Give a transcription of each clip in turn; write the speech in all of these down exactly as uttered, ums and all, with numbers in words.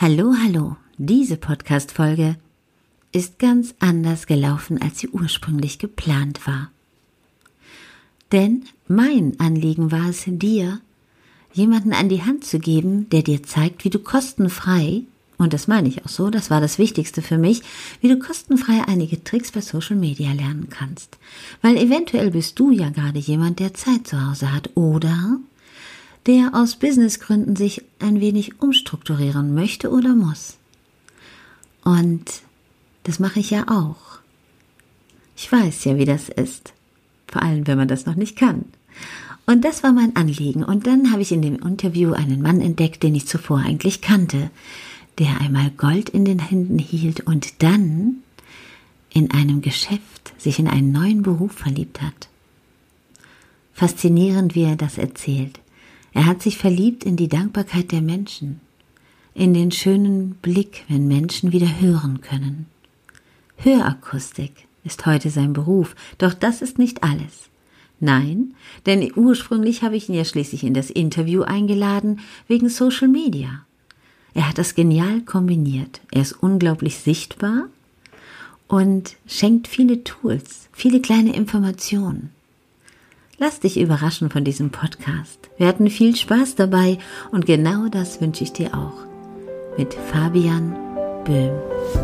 Hallo, hallo, diese Podcast-Folge ist ganz anders gelaufen, als sie ursprünglich geplant war. Denn mein Anliegen war es, dir jemanden an die Hand zu geben, der dir zeigt, wie du kostenfrei, und das meine ich auch so, das war das Wichtigste für mich, wie du kostenfrei einige Tricks bei Social Media lernen kannst. Weil eventuell bist du ja gerade jemand, der Zeit zu Hause hat oder der aus Businessgründen sich ein wenig umstrukturieren möchte oder muss. Und das mache ich ja auch. Ich weiß ja, wie das ist. Vor allem, wenn man das noch nicht kann. Und das war mein Anliegen. Und dann habe ich in dem Interview einen Mann entdeckt, den ich zuvor eigentlich kannte, der einmal Gold in den Händen hielt und dann in einem Geschäft sich in einen neuen Beruf verliebt hat. Faszinierend, wie er das erzählt. Er hat sich verliebt in die Dankbarkeit der Menschen, in den schönen Blick, wenn Menschen wieder hören können. Hörakustik ist heute sein Beruf, doch das ist nicht alles. Nein, denn ursprünglich habe ich ihn ja schließlich in das Interview eingeladen wegen Social Media. Er hat das genial kombiniert. Er ist unglaublich sichtbar und schenkt viele Tools, viele kleine Informationen. Lass dich überraschen von diesem Podcast. Wir hatten viel Spaß dabei und genau das wünsche ich dir auch. Mit Fabian Böhm.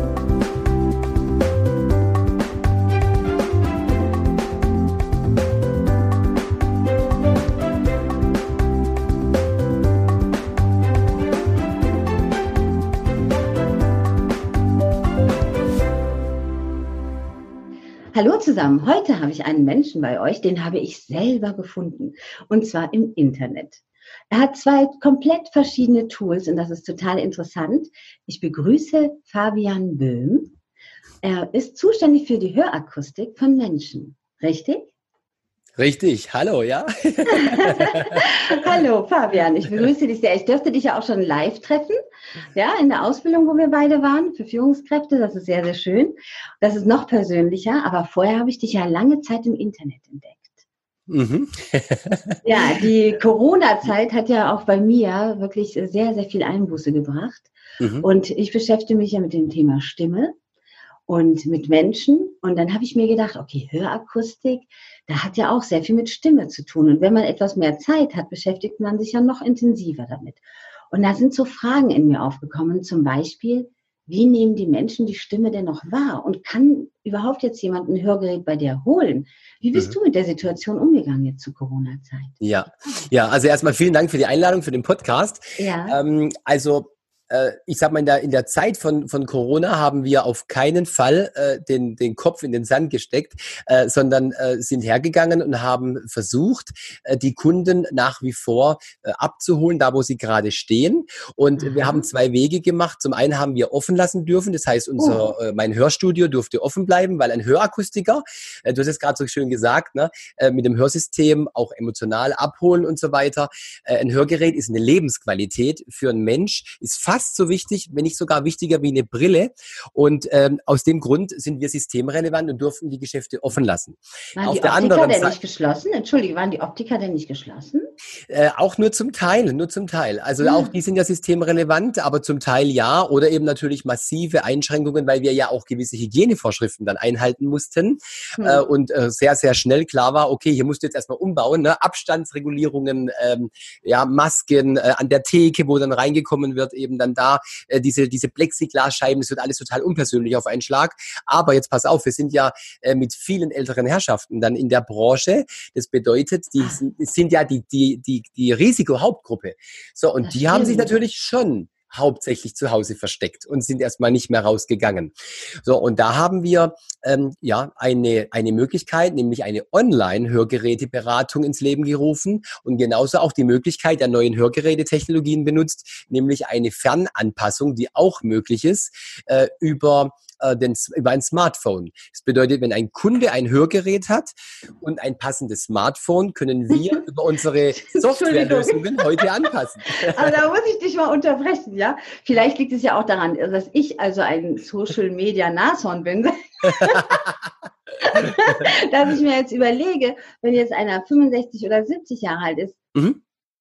Hallo zusammen, heute habe ich einen Menschen bei euch, den habe ich selber gefunden und zwar im Internet. Er hat zwei komplett verschiedene Tools und das ist total interessant. Ich begrüße Fabian Böhm. Er ist zuständig für die Hörakustik von Menschen, richtig? Richtig, hallo, ja. Hallo Fabian, ich begrüße dich sehr. Ich durfte dich ja auch schon live treffen, ja, in der Ausbildung, wo wir beide waren, für Führungskräfte. Das ist sehr, sehr schön. Das ist noch persönlicher, aber vorher habe ich dich ja lange Zeit im Internet entdeckt. Mhm. Ja, die Corona-Zeit hat ja auch bei mir wirklich sehr, sehr viel Einbuße gebracht. Mhm. Und ich beschäftige mich ja mit dem Thema Stimme und mit Menschen. Und dann habe ich mir gedacht, okay, Hörakustik, da hat ja auch sehr viel mit Stimme zu tun. Und wenn man etwas mehr Zeit hat, beschäftigt man sich ja noch intensiver damit. Und da sind so Fragen in mir aufgekommen, zum Beispiel, wie nehmen die Menschen die Stimme denn noch wahr? Und kann überhaupt jetzt jemand ein Hörgerät bei dir holen? Wie bist mhm. du mit der Situation umgegangen jetzt zur Corona-Zeit? Ja, ja, also erstmal vielen Dank für die Einladung, für den Podcast. Ja. Ähm, also ich sag mal, in der, in der Zeit von, von Corona haben wir auf keinen Fall äh, den, den Kopf in den Sand gesteckt, äh, sondern äh, sind hergegangen und haben versucht, äh, die Kunden nach wie vor äh, abzuholen, da wo sie gerade stehen. Und mhm. wir haben zwei Wege gemacht. Zum einen haben wir offen lassen dürfen, das heißt, unser oh. äh, mein Hörstudio durfte offen bleiben, weil ein Hörakustiker, äh, du hast es gerade so schön gesagt, ne, äh, mit dem Hörsystem auch emotional abholen und so weiter. Äh, ein Hörgerät ist eine Lebensqualität für einen Mensch, ist fast Fast so wichtig, wenn nicht sogar wichtiger wie eine Brille. Und ähm, aus dem Grund sind wir systemrelevant und durften die Geschäfte offen lassen. Waren Auf die der Optiker anderen denn Seite, nicht geschlossen? Entschuldige, waren die Optiker denn nicht geschlossen? Äh, auch nur zum Teil, nur zum Teil. Also hm. auch die sind ja systemrelevant, aber zum Teil ja. Oder eben natürlich massive Einschränkungen, weil wir ja auch gewisse Hygienevorschriften dann einhalten mussten. Hm. Äh, und äh, sehr, sehr schnell klar war, okay, hier musst du jetzt erstmal umbauen. Ne? Abstandsregulierungen, ähm, ja, Masken äh, an der Theke, wo dann reingekommen wird, eben dann da äh, diese diese Plexiglasscheiben, das wird alles total unpersönlich auf einen Schlag. Aber jetzt pass auf, wir sind ja äh, mit vielen älteren Herrschaften dann in der Branche. Das bedeutet, die sind, sind ja die die die die Risikohauptgruppe. So, und das die stimmt. haben sich natürlich schon hauptsächlich zu Hause versteckt und sind erstmal nicht mehr rausgegangen. So, und da haben wir ähm, ja eine eine Möglichkeit, nämlich eine Online-Hörgeräteberatung ins Leben gerufen und genauso auch die Möglichkeit der neuen Hörgerätetechnologien benutzt, nämlich eine Fernanpassung, die auch möglich ist, äh, über Den, über ein Smartphone. Das bedeutet, wenn ein Kunde ein Hörgerät hat und ein passendes Smartphone, können wir über unsere Softwarelösungen heute anpassen. Aber da muss ich dich mal unterbrechen, ja? Vielleicht liegt es ja auch daran, dass ich also ein Social-Media-Nashorn bin. Dass ich mir jetzt überlege, wenn jetzt einer fünfundsechzig oder siebzig Jahre alt ist, mhm.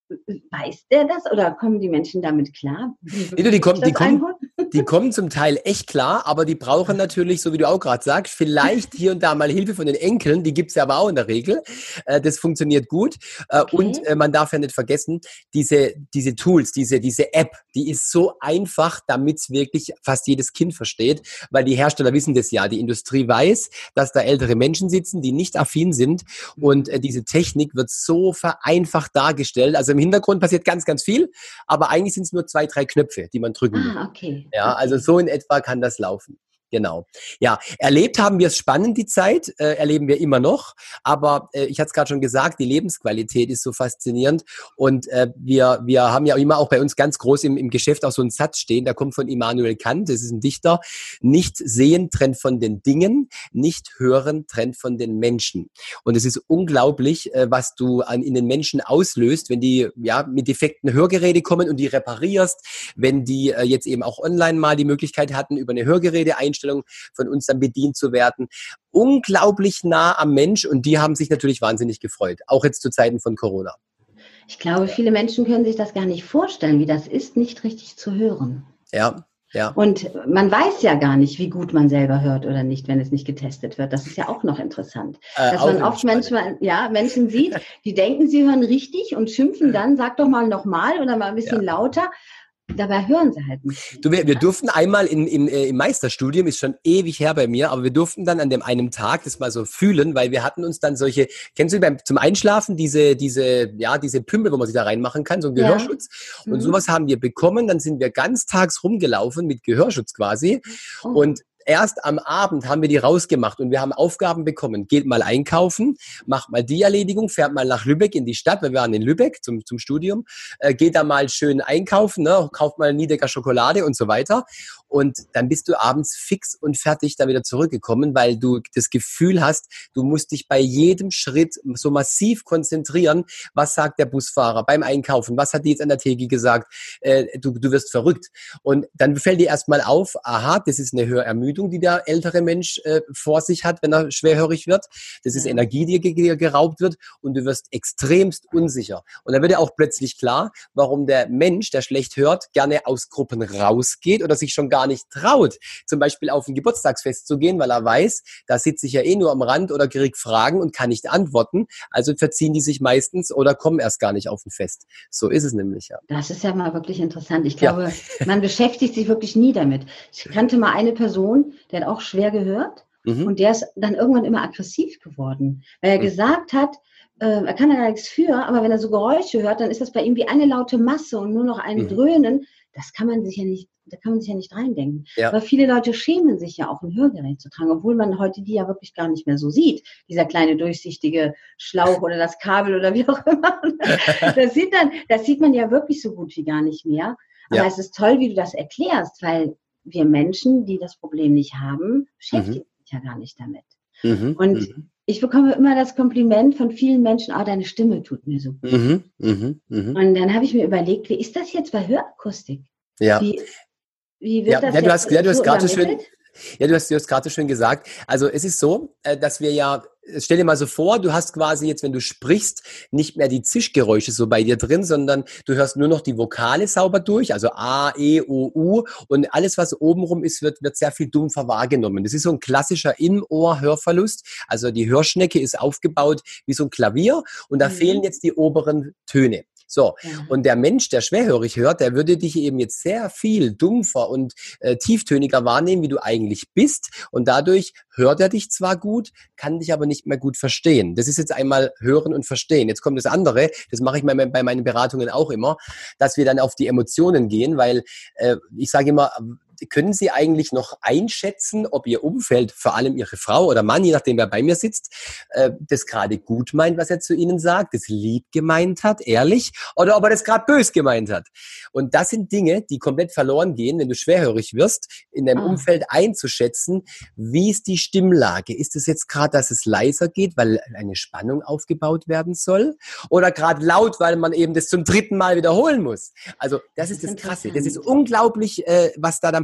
weiß der das oder kommen die Menschen damit klar? Nee, du, die, kommen, die, kommen, die kommen zum Teil echt klar, aber die brauchen natürlich, so wie du auch gerade sagst, vielleicht hier und da mal Hilfe von den Enkeln, die gibt's ja aber auch in der Regel. Äh, das funktioniert gut. Äh, okay. Und äh, man darf ja nicht vergessen, diese, diese Tools, diese, diese App, die ist so einfach, damit's wirklich fast jedes Kind versteht, weil die Hersteller wissen das ja. Die Industrie weiß, dass da ältere Menschen sitzen, die nicht affin sind und äh, diese Technik wird so vereinfacht dargestellt. Also im Hintergrund passiert ganz, ganz viel, aber eigentlich sind es nur zwei, drei Knöpfe, die man drücken muss. Ah, okay. Ja, okay. also so in etwa kann das laufen. Genau. Ja, erlebt haben wir es spannend, die Zeit, äh, erleben wir immer noch, aber äh, ich hatte es gerade schon gesagt, die Lebensqualität ist so faszinierend und äh, wir wir haben ja immer auch bei uns ganz groß im, im Geschäft auch so einen Satz stehen, der kommt von Immanuel Kant, das ist ein Dichter, nicht sehen trennt von den Dingen, nicht hören trennt von den Menschen und es ist unglaublich, äh, was du an in den Menschen auslöst, wenn die ja mit defekten Hörgeräte kommen und die reparierst, wenn die äh, jetzt eben auch online mal die Möglichkeit hatten, über eine Hörgeräte einstellen, von uns dann bedient zu werden. Unglaublich nah am Mensch und die haben sich natürlich wahnsinnig gefreut, auch jetzt zu Zeiten von Corona. Ich glaube, viele Menschen können sich das gar nicht vorstellen, wie das ist, nicht richtig zu hören. Ja, ja. Und man weiß ja gar nicht, wie gut man selber hört oder nicht, wenn es nicht getestet wird. Das ist ja auch noch interessant. Äh, Dass man oft manchmal, ja, Menschen sieht, die denken, sie hören richtig und schimpfen dann, sag doch mal nochmal oder mal ein bisschen ja. lauter. Dabei hören sie halt nicht. Du, wir, wir durften einmal in, in, äh, im Meisterstudium, ist schon ewig her bei mir, aber wir durften dann an dem einen Tag das mal so fühlen, weil wir hatten uns dann solche, kennst du beim zum Einschlafen diese diese ja diese Pümpel, wo man sich da reinmachen kann, so ein Gehörschutz. Ja. Und mhm. sowas haben wir bekommen. Dann sind wir ganztags rumgelaufen mit Gehörschutz quasi oh. und erst am Abend haben wir die rausgemacht und wir haben Aufgaben bekommen. Geht mal einkaufen, macht mal die Erledigung, fährt mal nach Lübeck in die Stadt, weil wir waren in Lübeck zum, zum Studium, äh, geht da mal schön einkaufen, ne, kauft mal Niedecker Schokolade und so weiter. Und dann bist du abends fix und fertig da wieder zurückgekommen, weil du das Gefühl hast, du musst dich bei jedem Schritt so massiv konzentrieren. Was sagt der Busfahrer beim Einkaufen? Was hat die jetzt an der Theke gesagt? Äh, du, du wirst verrückt. Und dann fällt dir erstmal auf, aha, das ist eine Hörermüdung, die der ältere Mensch äh, vor sich hat, wenn er schwerhörig wird. Das ist Energie, die dir geraubt wird und du wirst extremst unsicher. Und dann wird ja auch plötzlich klar, warum der Mensch, der schlecht hört, gerne aus Gruppen rausgeht oder sich schon gar nicht traut, zum Beispiel auf ein Geburtstagsfest zu gehen, weil er weiß, da sitze ich ja eh nur am Rand oder kriege Fragen und kann nicht antworten. Also verziehen die sich meistens oder kommen erst gar nicht auf ein Fest. So ist es nämlich, ja. Das ist ja mal wirklich interessant. Ich glaube, ja. man beschäftigt sich wirklich nie damit. Ich kannte mal eine Person, der hat auch schwer gehört mhm. und der ist dann irgendwann immer aggressiv geworden, weil er mhm. gesagt hat, äh, er kann ja gar nichts für, aber wenn er so Geräusche hört, dann ist das bei ihm wie eine laute Masse und nur noch ein mhm. Dröhnen. Das kann man sich ja nicht, da kann man sich ja nicht reindenken. Ja. Aber viele Leute schämen sich ja auch, ein Hörgerät zu tragen, obwohl man heute die ja wirklich gar nicht mehr so sieht. Dieser kleine durchsichtige Schlauch oder das Kabel oder wie auch immer. Das sieht dann, das sieht man ja wirklich so gut wie gar nicht mehr. Aber ja. es ist toll, wie du das erklärst, weil wir Menschen, die das Problem nicht haben, beschäftigen mhm. sich ja gar nicht damit. Mhm. Und mhm. ich bekomme immer das Kompliment von vielen Menschen, oh, deine Stimme tut mir so gut. Mhm. Mhm. Mhm. Und dann habe ich mir überlegt, wie ist das jetzt bei Hörakustik? Ja. Wie, wie wird ja, das ja, du jetzt hast, ja, du hast so gerade so schön, ja, du hast, du hast gerade so schön gesagt. Also es ist so, dass wir ja, stell dir mal so vor, du hast quasi jetzt, wenn du sprichst, nicht mehr die Zischgeräusche so bei dir drin, sondern du hörst nur noch die Vokale sauber durch, also A, E, O, U und alles, was obenrum ist, wird, wird sehr viel dumpfer wahrgenommen. Das ist so ein klassischer Im-Ohr-Hörverlust. Also die Hörschnecke ist aufgebaut wie so ein Klavier und da mhm. fehlen jetzt die oberen Töne. So, ja. Und der Mensch, der schwerhörig hört, der würde dich eben jetzt sehr viel dumpfer und äh, tieftöniger wahrnehmen, wie du eigentlich bist. Und dadurch hört er dich zwar gut, kann dich aber nicht mehr gut verstehen. Das ist jetzt einmal hören und verstehen. Jetzt kommt das andere, das mache ich bei, bei meinen Beratungen auch immer, dass wir dann auf die Emotionen gehen, weil äh, ich sage immer, können Sie eigentlich noch einschätzen, ob Ihr Umfeld, vor allem Ihre Frau oder Mann, je nachdem wer bei mir sitzt, äh, das gerade gut meint, was er zu Ihnen sagt, das lieb gemeint hat, ehrlich, oder ob er das gerade bös gemeint hat? Und das sind Dinge, die komplett verloren gehen, wenn du schwerhörig wirst, in deinem ah. Umfeld einzuschätzen, wie ist die Stimmlage? Ist es jetzt gerade, dass es leiser geht, weil eine Spannung aufgebaut werden soll? Oder gerade laut, weil man eben das zum dritten Mal wiederholen muss? Also das, das ist das Krasse. Das ist unglaublich, äh, was da dann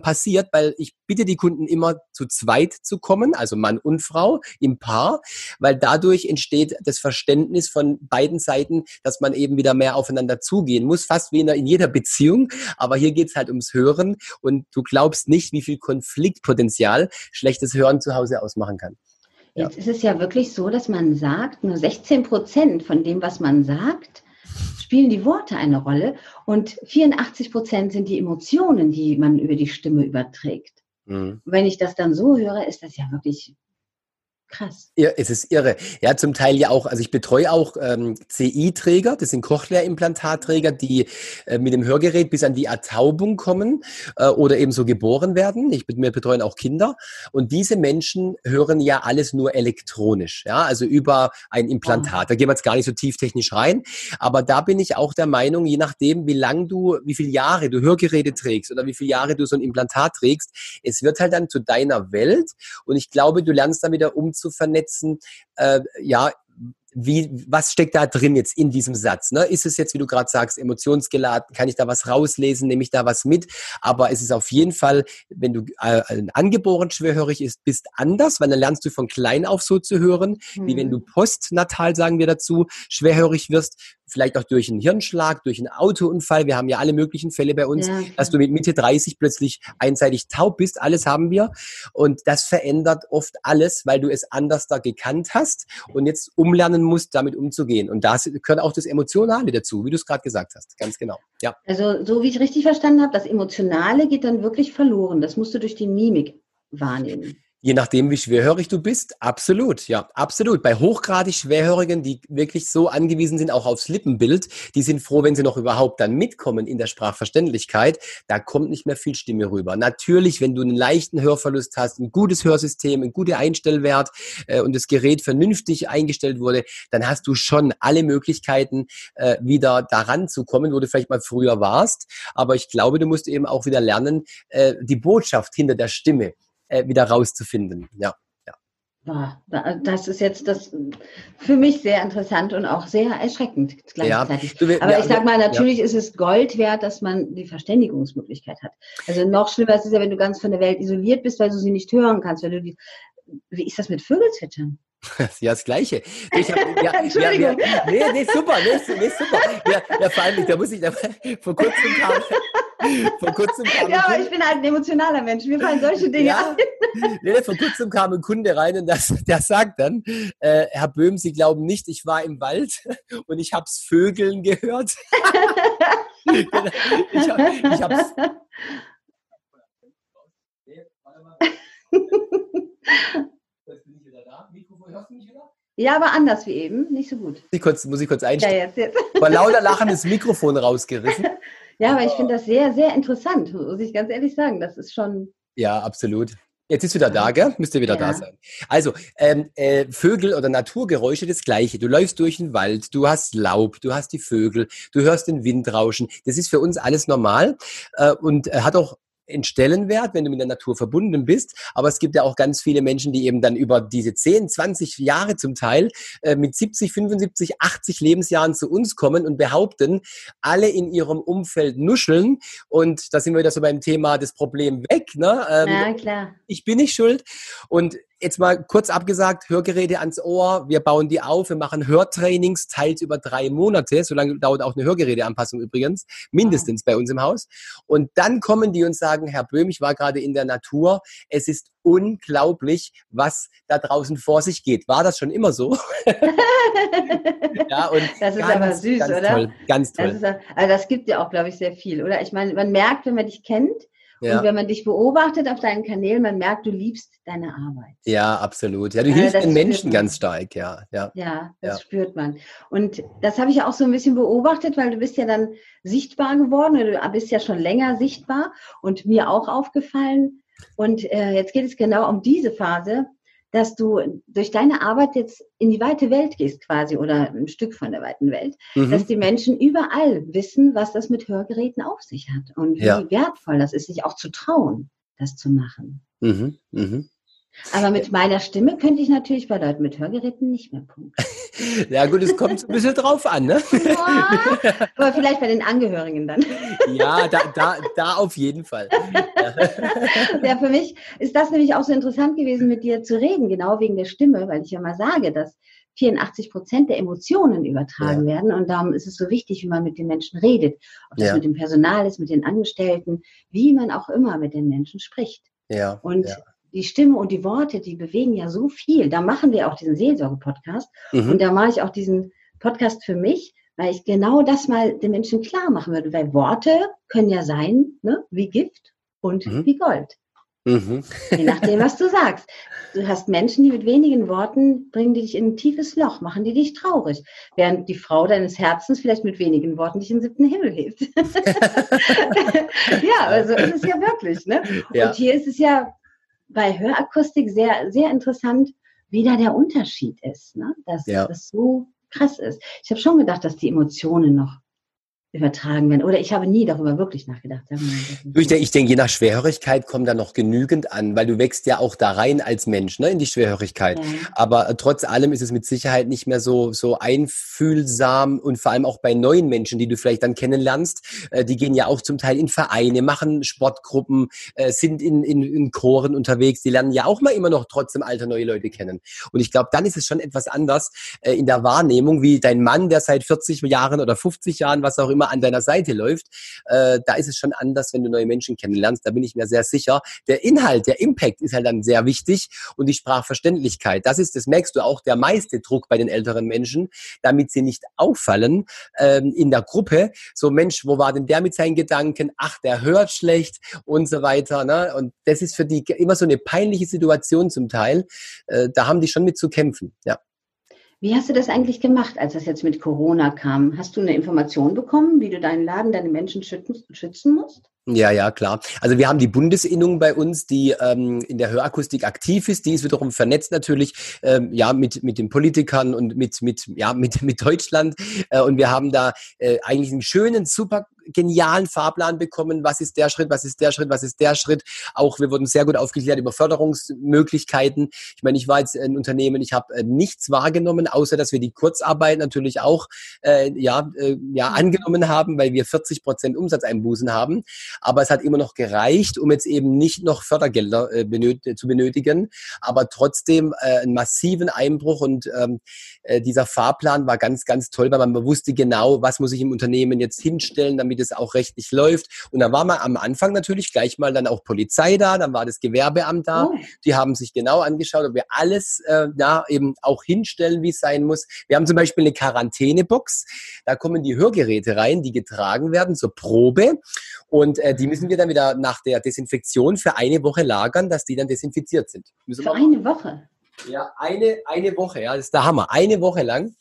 passiert, weil ich bitte die Kunden immer zu zweit zu kommen, also Mann und Frau im Paar, weil dadurch entsteht das Verständnis von beiden Seiten, dass man eben wieder mehr aufeinander zugehen muss, fast wie in, in jeder Beziehung. Aber hier geht's halt ums Hören und du glaubst nicht, wie viel Konfliktpotenzial schlechtes Hören zu Hause ausmachen kann. Ja. Jetzt ist es ja wirklich so, dass man sagt, nur sechzehn Prozent von dem, was man sagt, spielen die Worte eine Rolle und vierundachtzig Prozent sind die Emotionen, die man über die Stimme überträgt. Mhm. Wenn ich das dann so höre, ist das ja wirklich krass. Ja, es ist irre. Ja, zum Teil ja auch, also ich betreue auch ähm, C I-Träger, das sind Cochlea-Implantatträger, die äh, mit dem Hörgerät bis an die Ertaubung kommen äh, oder eben so geboren werden. Ich wir betreuen auch Kinder und diese Menschen hören ja alles nur elektronisch, ja, also über ein Implantat. Da gehen wir jetzt gar nicht so tieftechnisch rein, aber da bin ich auch der Meinung, je nachdem, wie lang du, wie viele Jahre du Hörgeräte trägst oder wie viele Jahre du so ein Implantat trägst, es wird halt dann zu deiner Welt und ich glaube, du lernst dann wieder um zu vernetzen, äh, ja, wie, was steckt da drin jetzt in diesem Satz? Ne? Ist es jetzt, wie du gerade sagst, emotionsgeladen? Kann ich da was rauslesen? Nehme ich da was mit? Aber es ist auf jeden Fall, wenn du äh, angeboren schwerhörig ist, bist anders, weil dann lernst du von klein auf so zu hören, mhm. wie wenn du postnatal, sagen wir dazu, schwerhörig wirst, vielleicht auch durch einen Hirnschlag, durch einen Autounfall. Wir haben ja alle möglichen Fälle bei uns, ja, okay. dass du mit Mitte dreißig plötzlich einseitig taub bist. Alles haben wir. Und das verändert oft alles, weil du es anders da gekannt hast und jetzt umlernen musst, damit umzugehen. Und da gehört auch das Emotionale dazu, wie du es gerade gesagt hast. Ganz genau. Ja. Also so wie ich richtig verstanden habe, das Emotionale geht dann wirklich verloren. Das musst du durch die Mimik wahrnehmen. Je nachdem, wie schwerhörig du bist, absolut, ja, absolut. Bei hochgradig Schwerhörigen, die wirklich so angewiesen sind, auch aufs Lippenbild, die sind froh, wenn sie noch überhaupt dann mitkommen in der Sprachverständlichkeit. Da kommt nicht mehr viel Stimme rüber. Natürlich, wenn du einen leichten Hörverlust hast, ein gutes Hörsystem, ein guter Einstellwert äh, und das Gerät vernünftig eingestellt wurde, dann hast du schon alle Möglichkeiten, äh, wieder daran zu kommen, wo du vielleicht mal früher warst. Aber ich glaube, du musst eben auch wieder lernen, äh, die Botschaft hinter der Stimme wieder rauszufinden. Ja, ja. Das ist jetzt das für mich sehr interessant und auch sehr erschreckend gleichzeitig. Ja, aber ja, ich sag mal, natürlich ja. ist es Gold wert, dass man die Verständigungsmöglichkeit hat. Also noch schlimmer ist es ja, wenn du ganz von der Welt isoliert bist, weil du sie nicht hören kannst. Weil du die, wie ist das mit Vögelzwitschern? Ja, das Gleiche. Ich hab, ja, Entschuldigung. Ja, ja, nee, nee, super, nee, nee super. Ja, ja, vor allem, da muss ich, da, vor kurzem kam, vor kurzem kam Ja, aber ich bin halt ein emotionaler Mensch, mir fallen solche Dinge ja, ein. Nee, vor kurzem kam ein Kunde rein und das, der sagt dann, äh, Herr Böhm, Sie glauben nicht, ich war im Wald und ich hab's Vögeln gehört. ich, hab, ich hab's... Nee, warte mal. Hörst du mich wieder? Ja, aber anders wie eben, nicht so gut. Muss ich kurz, muss ich kurz einstellen. Ja, jetzt, jetzt. Vor lauter Lachen das Mikrofon rausgerissen. Ja, aber ich finde das sehr, sehr interessant, muss ich ganz ehrlich sagen. Das ist schon... Ja, absolut. Jetzt ist wieder da, gell? Müsste wieder ja. da sein. Also, ähm, äh, Vögel oder Naturgeräusche, das Gleiche. Du läufst durch den Wald, du hast Laub, du hast die Vögel, du hörst den Wind rauschen. Das ist für uns alles normal äh, und äh, hat auch einen Stellenwert, wenn du mit der Natur verbunden bist. Aber es gibt ja auch ganz viele Menschen, die eben dann über diese zehn, zwanzig Jahre zum Teil äh, mit siebzig, fünfundsiebzig, achtzig Lebensjahren zu uns kommen und behaupten, alle in ihrem Umfeld nuscheln. Und da sind wir wieder so beim Thema das Problem weg. Ne? Ähm, ja, klar. Ich bin nicht schuld. Und jetzt mal kurz abgesagt, Hörgeräte ans Ohr, wir bauen die auf, wir machen Hörtrainings, teils über drei Monate, so lange dauert auch eine Hörgeräteanpassung übrigens, mindestens bei uns im Haus. Und dann kommen die und sagen, Herr Böhm, ich war gerade in der Natur, es ist unglaublich, was da draußen vor sich geht. War das schon immer so? Ja, und das ist ganz, aber süß, ganz oder? Toll, ganz toll. Das, ist, also das gibt ja auch, glaube ich, sehr viel, oder? Ich meine, man merkt, wenn man dich kennt, ja. Und wenn man dich beobachtet auf deinen Kanälen, man merkt, du liebst deine Arbeit. Ja, absolut. Ja, du hilfst den Menschen ganz stark, ja. Ja, ja das ja. spürt man. Und das habe ich ja auch so ein bisschen beobachtet, weil du bist ja dann sichtbar geworden, oder du bist ja schon länger sichtbar und mir auch aufgefallen. Und äh, jetzt geht es genau um diese Phase, dass du durch deine Arbeit jetzt in die weite Welt gehst quasi oder ein Stück von der weiten Welt, mhm. dass die Menschen überall wissen, was das mit Hörgeräten auf sich hat und wie ja. wertvoll das ist, sich auch zu trauen, das zu machen. Mhm. Mhm. Aber mit meiner Stimme könnte ich natürlich bei Leuten mit Hörgeräten nicht mehr punkten. Ja gut, es kommt so ein bisschen drauf an, ne? Ja, aber vielleicht bei den Angehörigen dann. Ja, da, da, da auf jeden Fall. Ja, für mich ist das nämlich auch so interessant gewesen, mit dir zu reden, genau wegen der Stimme, weil ich ja mal sage, dass vierundachtzig Prozent der Emotionen übertragen ja. werden und darum ist es so wichtig, wie man mit den Menschen redet. Ob das ja. mit dem Personal ist, mit den Angestellten, wie man auch immer mit den Menschen spricht. Ja. Und ja. die Stimme und die Worte, die bewegen ja so viel. Da machen wir auch diesen Seelsorge-Podcast mhm. und da mache ich auch diesen Podcast für mich, weil ich genau das mal den Menschen klar machen würde, weil Worte können ja sein, ne, wie Gift und mhm. wie Gold. Mhm. Je nachdem, was du sagst. Du hast Menschen, die mit wenigen Worten bringen die dich in ein tiefes Loch, machen die dich traurig, während die Frau deines Herzens vielleicht mit wenigen Worten dich in den siebten Himmel hebt. Ja, also ist es ja wirklich, ne? Ja. Und hier ist es ja bei Hörakustik sehr, sehr interessant, wie da der Unterschied ist, ne? Dass ja. das so krass ist. Ich habe schon gedacht, dass die Emotionen noch übertragen werden. Oder ich habe nie darüber wirklich nachgedacht. Ich denke, ich denke, je nach Schwerhörigkeit kommt da noch genügend an, weil du wächst ja auch da rein als Mensch, ne, in die Schwerhörigkeit. Ja. Aber trotz allem ist es mit Sicherheit nicht mehr so, so einfühlsam und vor allem auch bei neuen Menschen, die du vielleicht dann kennenlernst, äh, die gehen ja auch zum Teil in Vereine, machen Sportgruppen, äh, sind in, in, in Choren unterwegs, die lernen ja auch mal immer noch trotzdem alte neue Leute kennen. Und ich glaube, dann ist es schon etwas anders äh, in der Wahrnehmung, wie dein Mann, der seit vierzig Jahren oder fünfzig Jahren, was auch immer, an deiner Seite läuft, äh, da ist es schon anders, wenn du neue Menschen kennenlernst, da bin ich mir sehr sicher. Der Inhalt, der Impact ist halt dann sehr wichtig und die Sprachverständlichkeit, das ist, das merkst du auch, der meiste Druck bei den älteren Menschen, damit sie nicht auffallen ähm, in der Gruppe, so Mensch, wo war denn der mit seinen Gedanken, ach, der hört schlecht und so weiter, ne? Und das ist für die immer so eine peinliche Situation zum Teil, äh, da haben die schon mit zu kämpfen, ja. Wie hast du das eigentlich gemacht, als das jetzt mit Corona kam? Hast du eine Information bekommen, wie du deinen Laden, deine Menschen schützen, schützen musst? Ja, ja, klar. Also wir haben die Bundesinnung bei uns, die ähm, in der Hörakustik aktiv ist. Die ist wiederum vernetzt natürlich ähm, ja mit mit den Politikern und mit mit ja mit mit Deutschland. Äh, und wir haben da äh, eigentlich einen schönen, super genialen Fahrplan bekommen. Was ist der Schritt? Was ist der Schritt? Was ist der Schritt? Auch wir wurden sehr gut aufgeklärt über Förderungsmöglichkeiten. Ich meine, ich war jetzt ein Unternehmen, ich habe äh, nichts wahrgenommen, außer dass wir die Kurzarbeit natürlich auch äh, ja äh, ja angenommen haben, weil wir vierzig Prozent Umsatzeinbußen haben. Aber es hat immer noch gereicht, um jetzt eben nicht noch Fördergelder äh, benöt- zu benötigen, aber trotzdem äh, einen massiven Einbruch und ähm, äh, dieser Fahrplan war ganz, ganz toll, weil man wusste genau, was muss ich im Unternehmen jetzt hinstellen, damit es auch rechtlich läuft. Und da war man am Anfang natürlich gleich mal dann auch Polizei da, dann war das Gewerbeamt da, oh. Die haben sich genau angeschaut, ob wir alles äh, da eben auch hinstellen, wie es sein muss. Wir haben zum Beispiel eine Quarantänebox, da kommen die Hörgeräte rein, die getragen werden zur Probe und äh, die müssen wir dann wieder nach der Desinfektion für eine Woche lagern, dass die dann desinfiziert sind. Müssen für eine Woche? Ja, eine, eine Woche, ja, das ist der Hammer. Eine Woche lang.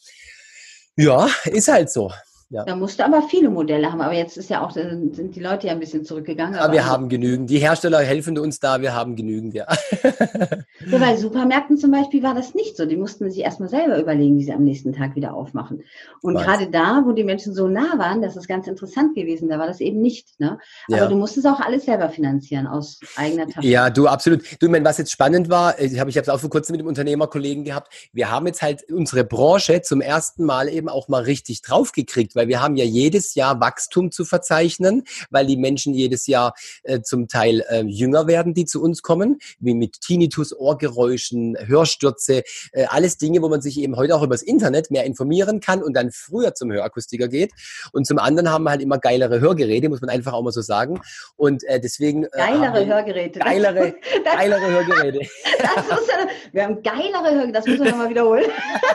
Ja, ist halt so. Ja. Da musst du aber viele Modelle haben, aber jetzt ist ja auch, sind die Leute ja ein bisschen zurückgegangen. Aber, aber wir also, haben genügend. Die Hersteller helfen uns da, wir haben genügend, ja. Ja, bei Supermärkten zum Beispiel war das nicht so. Die mussten sich erstmal selber überlegen, wie sie am nächsten Tag wieder aufmachen. Und Was? gerade da, wo die Menschen so nah waren, das ist ganz interessant gewesen, da war das eben nicht. Ne? Aber ja. du musstest auch alles selber finanzieren aus eigener Tasche. Ja, du, absolut. Du, ich meine, was jetzt spannend war, ich habe ich es auch vor kurzem mit dem Unternehmerkollegen gehabt, wir haben jetzt halt unsere Branche zum ersten Mal eben auch mal richtig draufgekriegt, weil wir haben ja jedes Jahr Wachstum zu verzeichnen, weil die Menschen jedes Jahr äh, zum Teil äh, jünger werden, die zu uns kommen, wie mit Tinnitus, Ohrgeräuschen, Hörstürze, äh, alles Dinge, wo man sich eben heute auch übers Internet mehr informieren kann und dann früher zum Hörakustiker geht. Und zum anderen haben wir halt immer geilere Hörgeräte, muss man einfach auch mal so sagen. Und äh, deswegen... Äh, geilere wir Hörgeräte. Geilere, das, geilere Hörgeräte. Das muss, wir haben geilere Hörgeräte, das muss man nochmal wiederholen.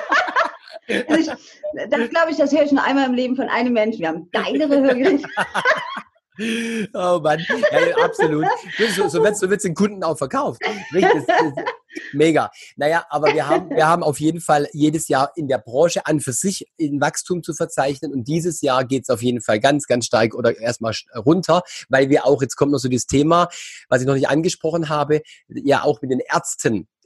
Also ich, das glaube ich, das höre ich nur einmal im Leben von einem Menschen. Wir haben geilere Hörgeräte. Oh Mann, ja, absolut. So, so wird es so den Kunden auch verkauft. Richtig, das, das, mega. Naja, aber wir haben, wir haben auf jeden Fall jedes Jahr in der Branche an für sich ein Wachstum zu verzeichnen und dieses Jahr geht es auf jeden Fall ganz, ganz stark oder erstmal runter, weil wir auch, jetzt kommt noch so das Thema, was ich noch nicht angesprochen habe, ja auch mit den Ärzten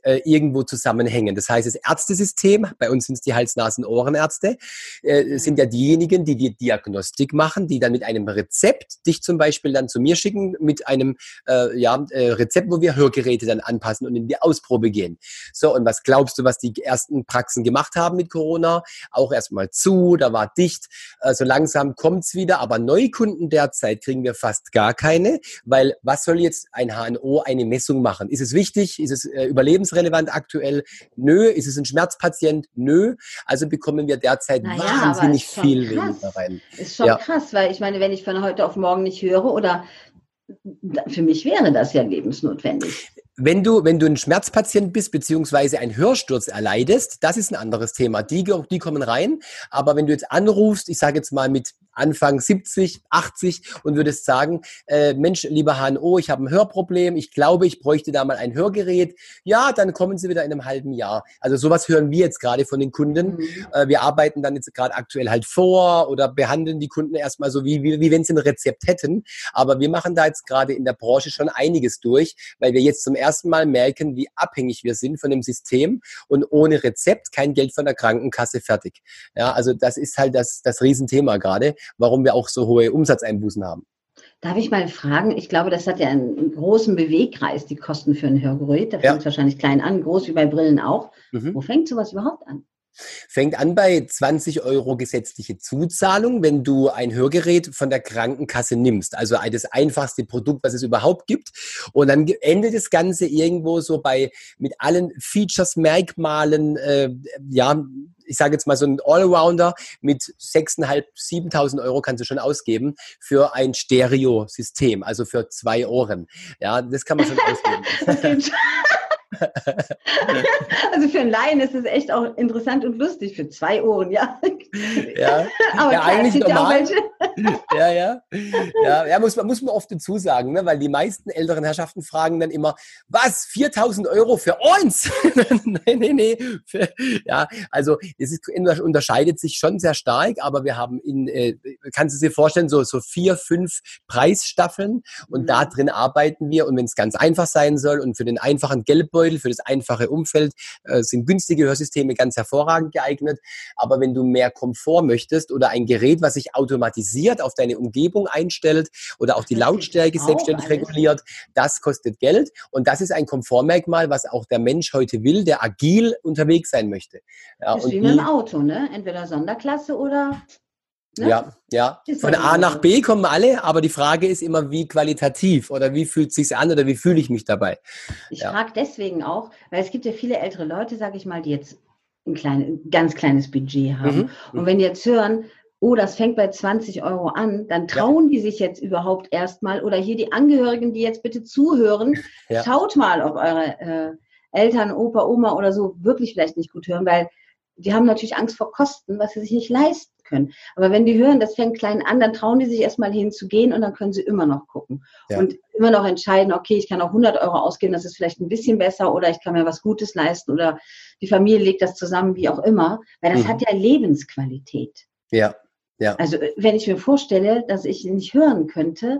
äh, irgendwo zusammenhängen. Das heißt, das Ärztesystem, bei uns sind es die Hals-Nasen-Ohrenärzte, äh, sind ja diejenigen, die die Diagnostik machen, die dann mit einem Rezept dich zum Beispiel dann zu mir schicken, mit einem äh, ja, äh, Rezept, wo wir Hörgeräte dann anpassen und in die Ausprobe gehen. So, und was glaubst du, was die ersten Praxen gemacht haben mit Corona? Auch erstmal zu, da war dicht. Äh, so langsam kommt's wieder, aber Neukunden derzeit kriegen wir fast gar keine, weil was soll jetzt ein H N O eine Messung machen? Ist es wichtig? Ist es äh, überlebensrelevant aktuell? Nö. Ist es ein Schmerzpatient? Nö. Also bekommen wir derzeit naja, wahnsinnig viel weniger rein. Ist schon ja. krass, weil ich meine, wenn ich von heute auf morgen nicht höre oder für mich wäre das ja lebensnotwendig. Wenn du, wenn du ein Schmerzpatient bist, beziehungsweise einen Hörsturz erleidest, das ist ein anderes Thema. Die, die kommen rein. Aber wenn du jetzt anrufst, ich sage jetzt mal mit Anfang siebzig, achtzig und würdest sagen, äh, Mensch, lieber H N O, ich habe ein Hörproblem, ich glaube, ich bräuchte da mal ein Hörgerät. Ja, dann kommen sie wieder in einem halben Jahr. Also sowas hören wir jetzt gerade von den Kunden. Mhm. Äh, wir arbeiten dann jetzt gerade aktuell halt vor oder behandeln die Kunden erstmal so, wie, wie, wie wenn sie ein Rezept hätten. Aber wir machen da jetzt gerade in der Branche schon einiges durch, weil wir jetzt zum ersten Mal merken, wie abhängig wir sind von dem System und ohne Rezept kein Geld von der Krankenkasse fertig. Ja, also das ist halt das, das Riesenthema gerade, warum wir auch so hohe Umsatzeinbußen haben. Darf ich mal fragen? Ich glaube, das hat ja einen großen Bewegkreis, die Kosten für ein Hörgerät. Da fängt es ja wahrscheinlich klein an, groß wie bei Brillen auch. Mhm. Wo fängt sowas überhaupt an? Fängt an bei zwanzig Euro gesetzliche Zuzahlung, wenn du ein Hörgerät von der Krankenkasse nimmst. Also das einfachste Produkt, was es überhaupt gibt. Und dann endet das Ganze irgendwo so bei, mit allen Features, Merkmalen, äh, ja, ich sage jetzt mal so ein Allrounder mit sechstausendfünfhundert, siebentausend Euro kannst du schon ausgeben für ein Stereo-System, also für zwei Ohren. Ja, das kann man schon ausgeben. Also für einen Laien ist es echt auch interessant und lustig, für zwei Ohren, ja. Ja, aber ja, klar, eigentlich normal. Ja, ja, ja, ja, muss man, muss man oft dazu sagen, ne? Weil die meisten älteren Herrschaften fragen dann immer, was, viertausend Euro für uns? Nein, nee, nee. Für, ja, also es ist, unterscheidet sich schon sehr stark, aber wir haben in, äh, kannst du dir vorstellen, so, so vier, fünf Preisstaffeln und mhm. da drin arbeiten wir und wenn es ganz einfach sein soll und für den einfachen Geldbeutel, für das einfache Umfeld äh, sind günstige Hörsysteme ganz hervorragend geeignet, aber wenn du mehr Komfort möchtest oder ein Gerät, was sich automatisiert auf deine Umgebung einstellt oder auch die Lautstärke selbstständig reguliert, das kostet Geld und das ist ein Komfortmerkmal, was auch der Mensch heute will, der agil unterwegs sein möchte. Ja, das ist wie mit dem Auto, ne? Entweder Sonderklasse oder... Ne? Ja, ja. Von A nach B kommen alle, aber die Frage ist immer, wie qualitativ oder wie fühlt es sich an oder wie fühle ich mich dabei? Ich ja. frage deswegen auch, weil es gibt ja viele ältere Leute, sage ich mal, die jetzt ein, klein, ein ganz kleines Budget haben. Mhm. Und wenn die jetzt hören, oh, das fängt bei zwanzig Euro an, dann trauen ja. die sich jetzt überhaupt erstmal oder hier die Angehörigen, die jetzt bitte zuhören, ja. schaut mal, ob eure äh, Eltern, Opa, Oma oder so wirklich vielleicht nicht gut hören, weil die haben natürlich Angst vor Kosten, was sie sich nicht leisten können. Aber wenn die hören, das fängt klein an, dann trauen die sich erstmal hinzugehen und dann können sie immer noch gucken. Ja. Und immer noch entscheiden, okay, ich kann auch hundert Euro ausgeben, das ist vielleicht ein bisschen besser oder ich kann mir was Gutes leisten oder die Familie legt das zusammen, wie auch immer. Weil das mhm. hat ja Lebensqualität. Ja, ja. Also wenn ich mir vorstelle, dass ich nicht hören könnte,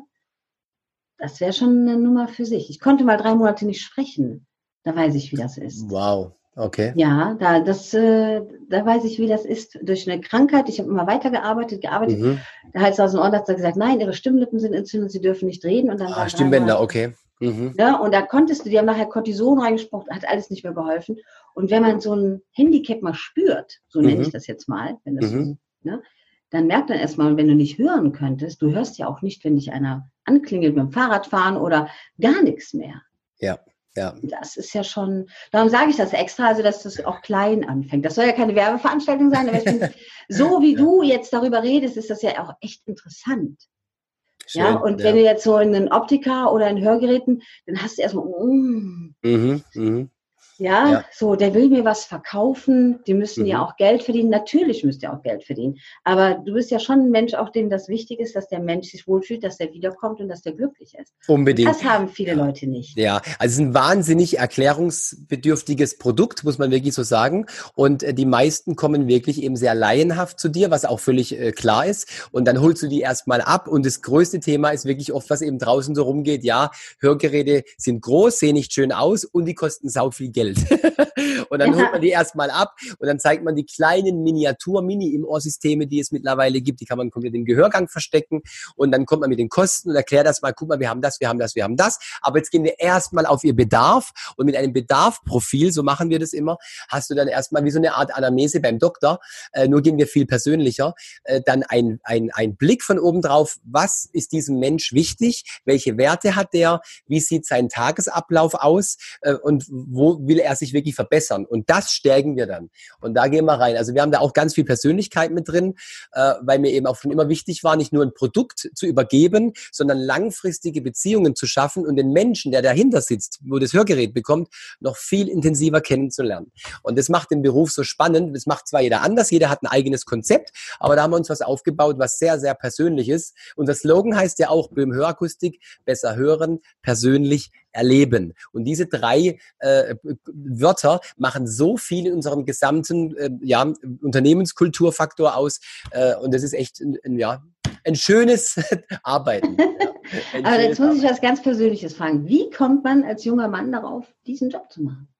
das wäre schon eine Nummer für sich. Ich konnte mal drei Monate nicht sprechen. Da weiß ich, wie das ist. Wow. Okay. Ja, da, das, äh, da weiß ich, wie das ist. Durch eine Krankheit, ich habe immer weitergearbeitet, gearbeitet. Mhm. Der Hals-Nasen-Ohrenarzt hat gesagt, nein, ihre Stimmlippen sind entzündet, sie dürfen nicht reden. Und dann ah, Stimmbänder, okay. Mhm. Ja, und da konntest du, die haben nachher Cortison reingesprochen, hat alles nicht mehr geholfen. Und wenn man so ein Handicap mal spürt, so nenne mhm. ich das jetzt mal, wenn das mhm. so, ne, dann merkt man erstmal, wenn du nicht hören könntest, du hörst ja auch nicht, wenn dich einer anklingelt mit dem Fahrradfahren oder gar nichts mehr. Ja. Ja. Das ist ja schon, darum sage ich das extra, also dass das auch klein anfängt. Das soll ja keine Werbeveranstaltung sein, aber ich finde, so wie du jetzt darüber redest, ist das ja auch echt interessant. Schön, ja, und ja. wenn du jetzt so in einen Optiker oder in Hörgeräten, dann hast du erstmal, mm, mhm, mhm. Ja, ja, so, der will mir was verkaufen, die müssen mhm. ja auch Geld verdienen. Natürlich müsst ihr auch Geld verdienen. Aber du bist ja schon ein Mensch, auch dem das wichtig ist, dass der Mensch sich wohlfühlt, dass der wiederkommt und dass der glücklich ist. Unbedingt. Das haben viele ja. Leute nicht. Ja, also es ist ein wahnsinnig erklärungsbedürftiges Produkt, muss man wirklich so sagen. Und äh, die meisten kommen wirklich eben sehr laienhaft zu dir, was auch völlig äh, klar ist. Und dann holst du die erstmal ab. Und das größte Thema ist wirklich oft, was eben draußen so rumgeht. Ja, Hörgeräte sind groß, sehen nicht schön aus und die kosten sau viel Geld. Bild. Und dann holt man die erstmal ab und dann zeigt man die kleinen Miniatur-Mini-Im-Ohr-Systeme, die es mittlerweile gibt. Die kann man komplett im Gehörgang verstecken und dann kommt man mit den Kosten und erklärt das mal, guck mal, wir haben das, wir haben das, wir haben das. Aber jetzt gehen wir erstmal auf ihr Bedarf und mit einem Bedarfprofil, so machen wir das immer, hast du dann erstmal wie so eine Art Anamnese beim Doktor, äh, nur gehen wir viel persönlicher, äh, dann ein, ein, ein Blick von oben drauf, was ist diesem Mensch wichtig, welche Werte hat der, wie sieht sein Tagesablauf aus äh, und wo will er sich wirklich verbessern. Und das stärken wir dann. Und da gehen wir rein. Also wir haben da auch ganz viel Persönlichkeit mit drin, äh, weil mir eben auch schon immer wichtig war, nicht nur ein Produkt zu übergeben, sondern langfristige Beziehungen zu schaffen und den Menschen, der dahinter sitzt, wo das Hörgerät bekommt, noch viel intensiver kennenzulernen. Und das macht den Beruf so spannend. Das macht zwar jeder anders, jeder hat ein eigenes Konzept, aber da haben wir uns was aufgebaut, was sehr, sehr persönlich ist. Unser Slogan heißt ja auch Böhm Hörakustik, besser hören, persönlich erleben. Und diese drei äh, Wörter machen so viel in unserem gesamten äh, ja, Unternehmenskulturfaktor aus. Äh, und das ist echt ein, ein, ja, ein schönes Arbeiten. Ja. Ein Aber schönes jetzt muss ich Arbeiten. was ganz Persönliches fragen. Wie kommt man als junger Mann darauf, diesen Job zu machen?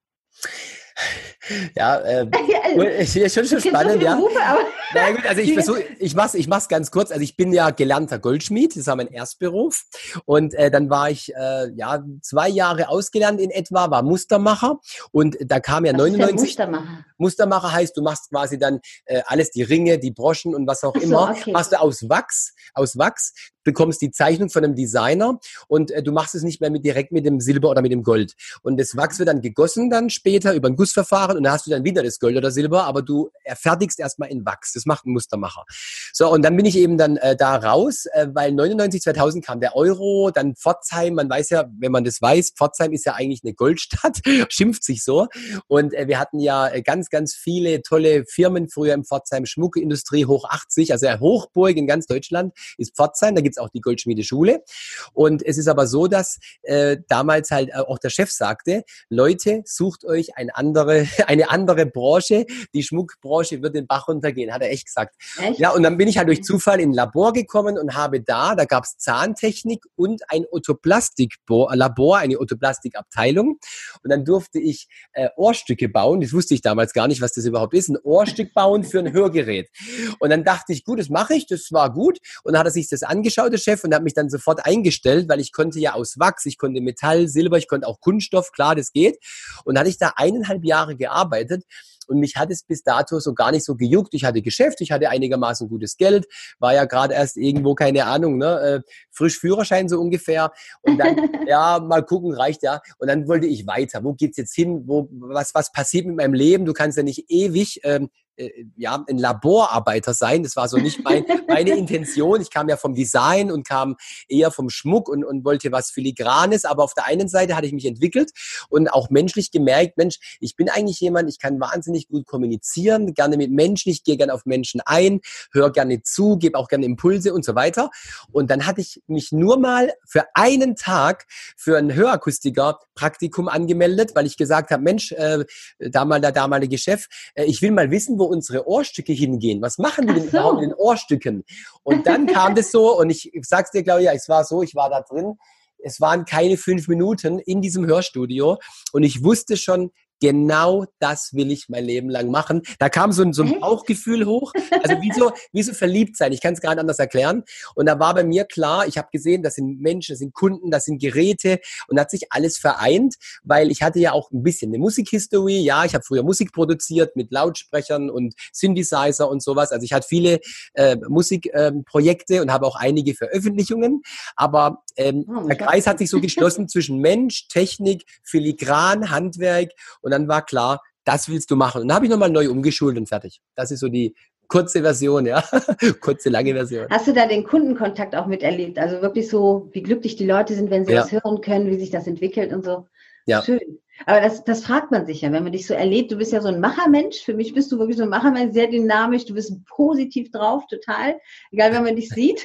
Ja, äh, ist schon, schon spannend, so ja. Berufe, aber na gut, also ich versuche, ich mach's, ich mach's ganz kurz. Also ich bin ja gelernter Goldschmied, das war mein Erstberuf. Und äh, dann war ich äh, ja zwei Jahre ausgelernt in etwa, war Mustermacher. Und da kam ja was neunundneunzig. Ist denn Mustermacher? Mustermacher heißt, du machst quasi dann äh, alles, die Ringe, die Broschen und was auch so, immer, okay. Machst du aus Wachs, aus Wachs, bekommst die Zeichnung von einem Designer und äh, du machst es nicht mehr mit, direkt mit dem Silber oder mit dem Gold. Und das Wachs wird dann gegossen dann später über ein Gussverfahren und dann hast du dann wieder das Gold oder Silber, aber du fertigst erstmal in Wachs. Das macht ein Mustermacher. So, und dann bin ich eben dann äh, da raus, äh, weil neunundneunzig, zweitausend kam der Euro, dann Pforzheim, man weiß ja, wenn man das weiß, Pforzheim ist ja eigentlich eine Goldstadt, schimpft sich so. Und äh, wir hatten ja äh, ganz, ganz viele tolle Firmen früher im Pforzheim, Schmuckindustrie hoch achtzig, also eine Hochburg in ganz Deutschland ist Pforzheim, da gibt es auch die Goldschmiedeschule. Und es ist aber so, dass äh, damals halt auch der Chef sagte, Leute, sucht euch ein andere, eine andere Branche, die Schmuckbranche wird den Bach runtergehen, hat er echt gesagt. Echt? Ja, und dann bin ich halt durch Zufall in ein Labor gekommen und habe da, da gab es Zahntechnik und ein Orthoplastik-Labor, eine Orthoplastikabteilung. Und dann durfte ich äh, Ohrstücke bauen, das wusste ich damals gar nicht, was das überhaupt ist, ein Ohrstück bauen für ein Hörgerät. Und dann dachte ich, gut, das mache ich, das war gut. Und dann hat er sich das angeschaut, der Chef, und hat mich dann sofort eingestellt, weil ich konnte ja aus Wachs, ich konnte Metall, Silber, ich konnte auch Kunststoff, klar, das geht. Und dann hatte ich da eineinhalb Jahre gearbeitet. Und mich hat es bis dato so gar nicht so gejuckt. Ich hatte Geschäft, ich hatte einigermaßen gutes Geld, war ja gerade erst irgendwo, keine Ahnung, ne, äh, frisch Führerschein so ungefähr. Und dann, ja, mal gucken, reicht ja. Und dann wollte ich weiter. Wo geht's jetzt hin? Wo, was, was passiert mit meinem Leben? Du kannst ja nicht ewig ähm, äh, ja, ein Laborarbeiter sein. Das war so nicht mein, meine Intention. Ich kam ja vom Design und kam eher vom Schmuck und, und wollte was Filigranes. Aber auf der einen Seite hatte ich mich entwickelt und auch menschlich gemerkt, Mensch, ich bin eigentlich jemand, ich kann wahnsinnig gut kommunizieren, gerne mit Menschen, ich gehe gerne auf Menschen ein, höre gerne zu, gebe auch gerne Impulse und so weiter. Und dann hatte ich mich nur mal für einen Tag für ein Hörakustiker-Praktikum angemeldet, weil ich gesagt habe, Mensch, äh, damals der damalige Chef, äh, ich will mal wissen, wo unsere Ohrstücke hingehen. Was machen die denn so überhaupt mit den Ohrstücken? Und dann kam das so, und ich sag's dir, Claudia, es war so, ich war da drin, es waren keine fünf Minuten in diesem Hörstudio und ich wusste schon, genau das will ich mein Leben lang machen. Da kam so ein, so ein Bauchgefühl hoch, also wie so, wie so verliebt sein, ich kann es gar nicht anders erklären. Und da war bei mir klar, ich habe gesehen, das sind Menschen, das sind Kunden, das sind Geräte und da hat sich alles vereint, weil ich hatte ja auch ein bisschen eine Musikhistorie, ja, ich habe früher Musik produziert mit Lautsprechern und Synthesizer und sowas, also ich hatte viele äh, Musikprojekte äh, und habe auch einige Veröffentlichungen, aber ähm, oh, der Kreis hat sich so geschlossen zwischen Mensch, Technik, Filigran, Handwerk. Und dann war klar, das willst du machen. Und dann habe ich nochmal neu umgeschult und fertig. Das ist so die kurze Version, ja. Kurze, lange Version. Hast du da den Kundenkontakt auch miterlebt? Also wirklich so, wie glücklich die Leute sind, wenn sie ja was hören können, wie sich das entwickelt und so. Ja. Schön. Aber das, das fragt man sich ja, wenn man dich so erlebt. Du bist ja so ein Machermensch. Für mich bist du wirklich so ein Machermensch, sehr dynamisch. Du bist positiv drauf, total. Egal, wenn man dich sieht.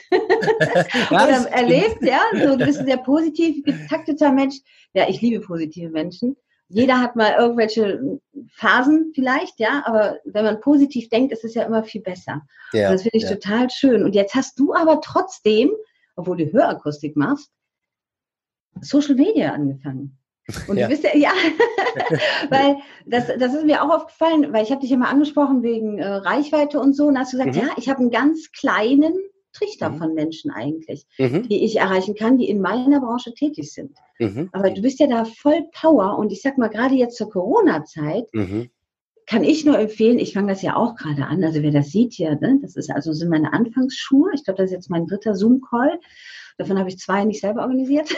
Oder erlebt, ja. So, du bist ein sehr positiv getakteter Mensch. Ja, ich liebe positive Menschen. Jeder hat mal irgendwelche Phasen vielleicht, ja, aber wenn man positiv denkt, ist es ja immer viel besser. Ja, und das finde ich ja total schön. Und jetzt hast du aber trotzdem, obwohl du Hörakustik machst, Social Media angefangen. Und Ja. du bist ja, ja, weil das, das ist mir auch aufgefallen, weil ich habe dich immer angesprochen wegen äh, Reichweite und so und hast gesagt, Mhm. ja, ich habe einen ganz kleinen Trichter Mhm. von Menschen eigentlich, Mhm. die ich erreichen kann, die in meiner Branche tätig sind. Mhm. Aber du bist ja da voll Power und ich sag mal, gerade jetzt zur Corona-Zeit Mhm. kann ich nur empfehlen, ich fange das ja auch gerade an, also wer das sieht hier, ne, das ist also sind meine Anfangsschuhe, ich glaube, das ist jetzt mein dritter Zoom-Call, davon habe ich zwei nicht selber organisiert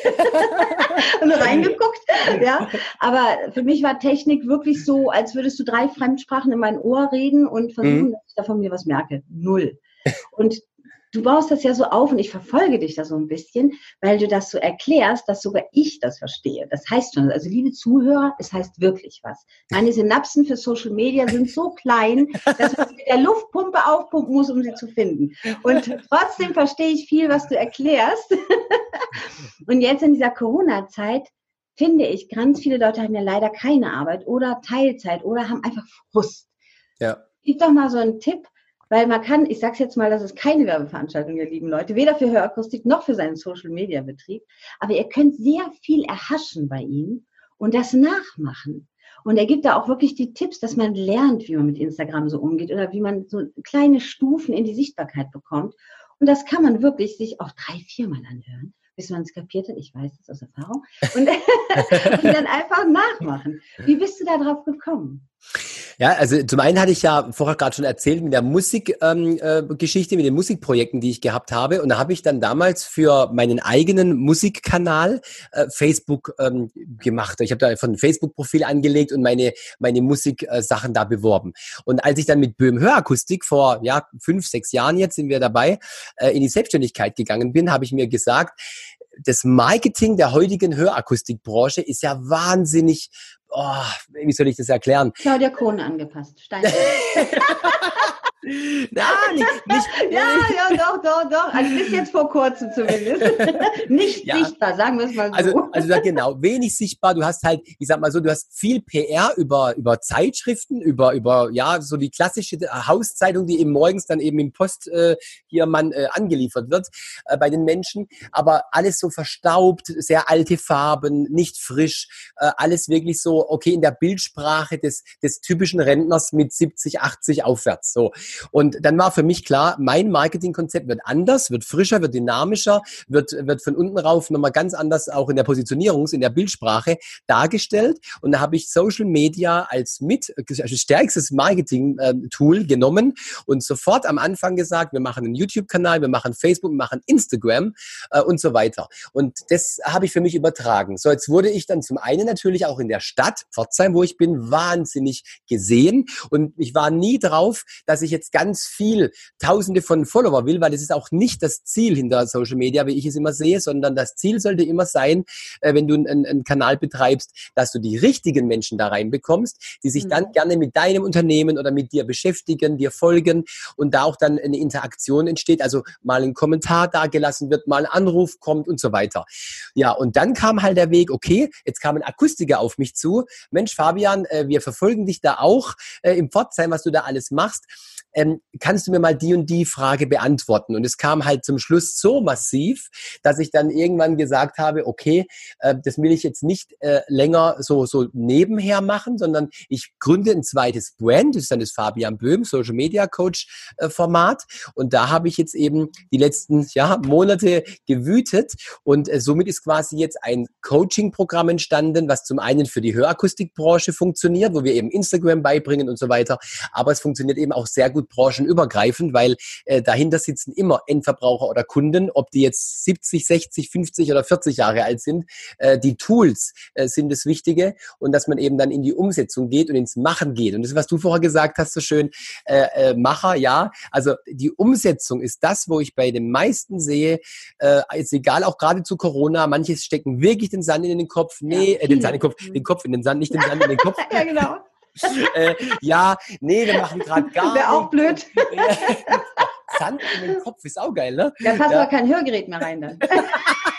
und reingeguckt, ja, aber für mich war Technik wirklich so, als würdest du drei Fremdsprachen in mein Ohr reden und versuchen, Mhm. dass ich da von mir was merke, null. Und du baust das ja so auf und ich verfolge dich da so ein bisschen, weil du das so erklärst, dass sogar ich das verstehe. Das heißt schon, also liebe Zuhörer, es heißt wirklich was. Meine Synapsen für Social Media sind so klein, dass man sie mit der Luftpumpe aufpumpen muss, um sie zu finden. Und trotzdem verstehe ich viel, was du erklärst. Und jetzt in dieser Corona-Zeit finde ich, ganz viele Leute haben ja leider keine Arbeit oder Teilzeit oder haben einfach Frust. Ja. Gib doch mal so einen Tipp, weil man kann, ich sage jetzt mal, das ist keine Werbeveranstaltung, ihr lieben Leute, weder für Hörakustik noch für seinen Social-Media-Betrieb, aber ihr könnt sehr viel erhaschen bei ihm und das nachmachen. Und er gibt da auch wirklich die Tipps, dass man lernt, wie man mit Instagram so umgeht oder wie man so kleine Stufen in die Sichtbarkeit bekommt. Und das kann man wirklich sich auch drei, viermal anhören, bis man es kapiert hat. Ich weiß das aus Erfahrung. Und, und dann einfach nachmachen. Wie bist du da drauf gekommen? Ja, also zum einen hatte ich ja vorher gerade schon erzählt mit der Musikgeschichte, ähm, äh, Geschichte, mit den Musikprojekten, die ich gehabt habe. Und da habe ich dann damals für meinen eigenen Musikkanal äh, Facebook ähm, gemacht. Ich habe da von Facebook-Profil angelegt und meine meine Musiksachen äh, da beworben. Und als ich dann mit Böhm Hörakustik vor ja fünf, sechs Jahren jetzt sind wir dabei äh, in die Selbstständigkeit gegangen bin, habe ich mir gesagt, das Marketing der heutigen Hörakustikbranche ist ja wahnsinnig, oh, wie soll ich das erklären? Claudia Kohn angepasst. Steinberg. Nein, nicht, nicht. Ja, ja, doch, doch, doch. Also bis jetzt vor kurzem zumindest. Nicht Ja. sichtbar, sagen wir es mal so. Also, also ja, genau, wenig sichtbar. Du hast halt, ich sag mal so, du hast viel P R über, über Zeitschriften, über, über, ja, so die klassische Hauszeitung, die eben morgens dann eben im Post, äh, hier man, äh, angeliefert wird, äh, bei den Menschen. Aber alles so verstaubt, sehr alte Farben, nicht frisch, äh, alles wirklich so, okay, in der Bildsprache des, des typischen Rentners mit siebzig, achtzig aufwärts, so. Und dann war für mich klar, mein Marketingkonzept wird anders, wird frischer, wird dynamischer, wird, wird von unten rauf nochmal ganz anders auch in der Positionierung, in der Bildsprache dargestellt. Und da habe ich Social Media als mit also stärkstes Marketing-Tool genommen und sofort am Anfang gesagt, wir machen einen YouTube-Kanal, wir machen Facebook, wir machen Instagram äh, und so weiter. Und das habe ich für mich übertragen. So, jetzt wurde ich dann zum einen natürlich auch in der Stadt, Pforzheim, wo ich bin, wahnsinnig gesehen. Und ich war nie drauf, dass ich jetzt ganz viel Tausende von Follower will, weil das ist auch nicht das Ziel hinter Social Media, wie ich es immer sehe, sondern das Ziel sollte immer sein, äh, wenn du einen, einen Kanal betreibst, dass du die richtigen Menschen da reinbekommst, die sich mhm. dann gerne mit deinem Unternehmen oder mit dir beschäftigen, dir folgen und da auch dann eine Interaktion entsteht, also mal ein Kommentar dagelassen wird, mal ein Anruf kommt und so weiter. Ja, und dann kam halt der Weg, okay, jetzt kam ein Akustiker auf mich zu, Mensch Fabian, äh, wir verfolgen dich da auch äh, im Pforzheim, was du da alles machst. Ähm, kannst du mir mal die und die Frage beantworten? Und es kam halt zum Schluss so massiv, dass ich dann irgendwann gesagt habe, okay, äh, das will ich jetzt nicht äh, länger so so nebenher machen, sondern ich gründe ein zweites Brand, das ist dann das Fabian Böhm Social Media Coach äh, Format und da habe ich jetzt eben die letzten ja, Monate gewütet und äh, somit ist quasi jetzt ein Coaching-Programm entstanden, was zum einen für die Hörakustikbranche funktioniert, wo wir eben Instagram beibringen und so weiter, aber es funktioniert eben auch sehr gut branchenübergreifend, weil äh, dahinter sitzen immer Endverbraucher oder Kunden, ob die jetzt siebzig, sechzig, fünfzig oder vierzig Jahre alt sind. Äh, die Tools äh, sind das Wichtige und dass man eben dann in die Umsetzung geht und ins Machen geht. Und das, was du vorher gesagt hast, so schön, äh, äh, Macher, ja, also die Umsetzung ist das, wo ich bei den meisten sehe, äh, jetzt egal, auch gerade zu Corona, manche stecken wirklich den Sand in den Kopf, nee, ja, äh, den Sand in den Kopf, den Kopf in den Sand, nicht den Sand in den Kopf. Ja, genau. äh, ja, nee, wir machen gerade gar Wäre auch blöd. Sand in den Kopf ist auch geil, ne? Da passt ja. aber kein Hörgerät mehr rein dann.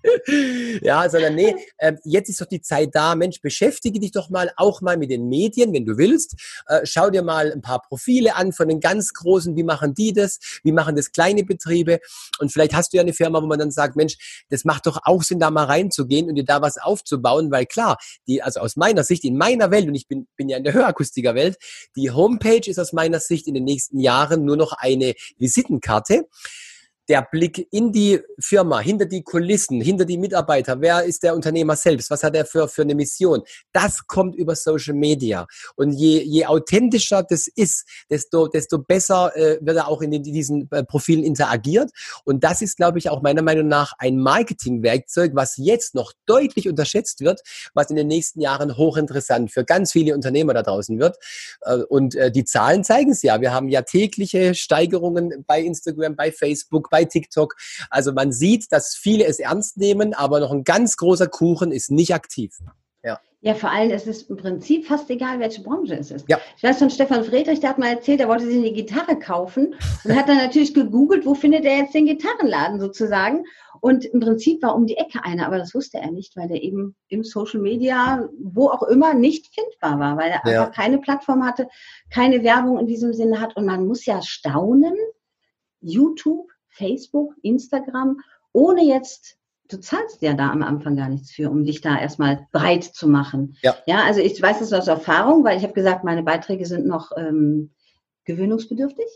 Ja, sondern nee, äh, jetzt ist doch die Zeit da, Mensch, beschäftige dich doch mal auch mal mit den Medien, wenn du willst. Äh, schau dir mal ein paar Profile an von den ganz Großen, wie machen die das, wie machen das kleine Betriebe und vielleicht hast du ja eine Firma, wo man dann sagt, Mensch, das macht doch auch Sinn, da mal reinzugehen und dir da was aufzubauen, weil klar, die, also aus meiner Sicht, in meiner Welt, und ich bin, bin ja in der Hörakustikerwelt, die Homepage ist aus meiner Sicht in den nächsten Jahren nur noch eine Visitenkarte. Der Blick in die Firma, hinter die Kulissen, hinter die Mitarbeiter, wer ist der Unternehmer selbst, was hat er für, für eine Mission, das kommt über Social Media. Und je, je authentischer das ist, desto, desto besser äh, wird er auch in den, diesen äh, Profilen interagiert. Und das ist, glaube ich, auch meiner Meinung nach ein Marketingwerkzeug, was jetzt noch deutlich unterschätzt wird, was in den nächsten Jahren hochinteressant für ganz viele Unternehmer da draußen wird. Äh, und äh, die Zahlen zeigen es ja. Wir haben ja tägliche Steigerungen bei Instagram, bei Facebook, bei TikTok. Also man sieht, dass viele es ernst nehmen, aber noch ein ganz großer Kuchen ist nicht aktiv. Ja. Ja, vor allem ist es im Prinzip fast egal, welche Branche es ist. Ja. Ich weiß von Stefan Friedrich, der hat mal erzählt, er wollte sich eine Gitarre kaufen und hat dann natürlich gegoogelt, wo findet er jetzt den Gitarrenladen sozusagen. Und im Prinzip war um die Ecke einer, aber das wusste er nicht, weil er eben im Social Media, wo auch immer, nicht findbar war, weil er ja. einfach keine Plattform hatte, keine Werbung in diesem Sinne hat. Und man muss ja staunen, YouTube, Facebook, Instagram, ohne jetzt, du zahlst ja da am Anfang gar nichts für, um dich da erstmal breit zu machen. Ja, ja, also ich weiß das aus Erfahrung, weil ich habe gesagt, meine Beiträge sind noch ähm, gewöhnungsbedürftig.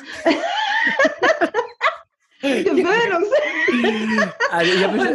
Gewöhnungsbedürftig. Also ich habe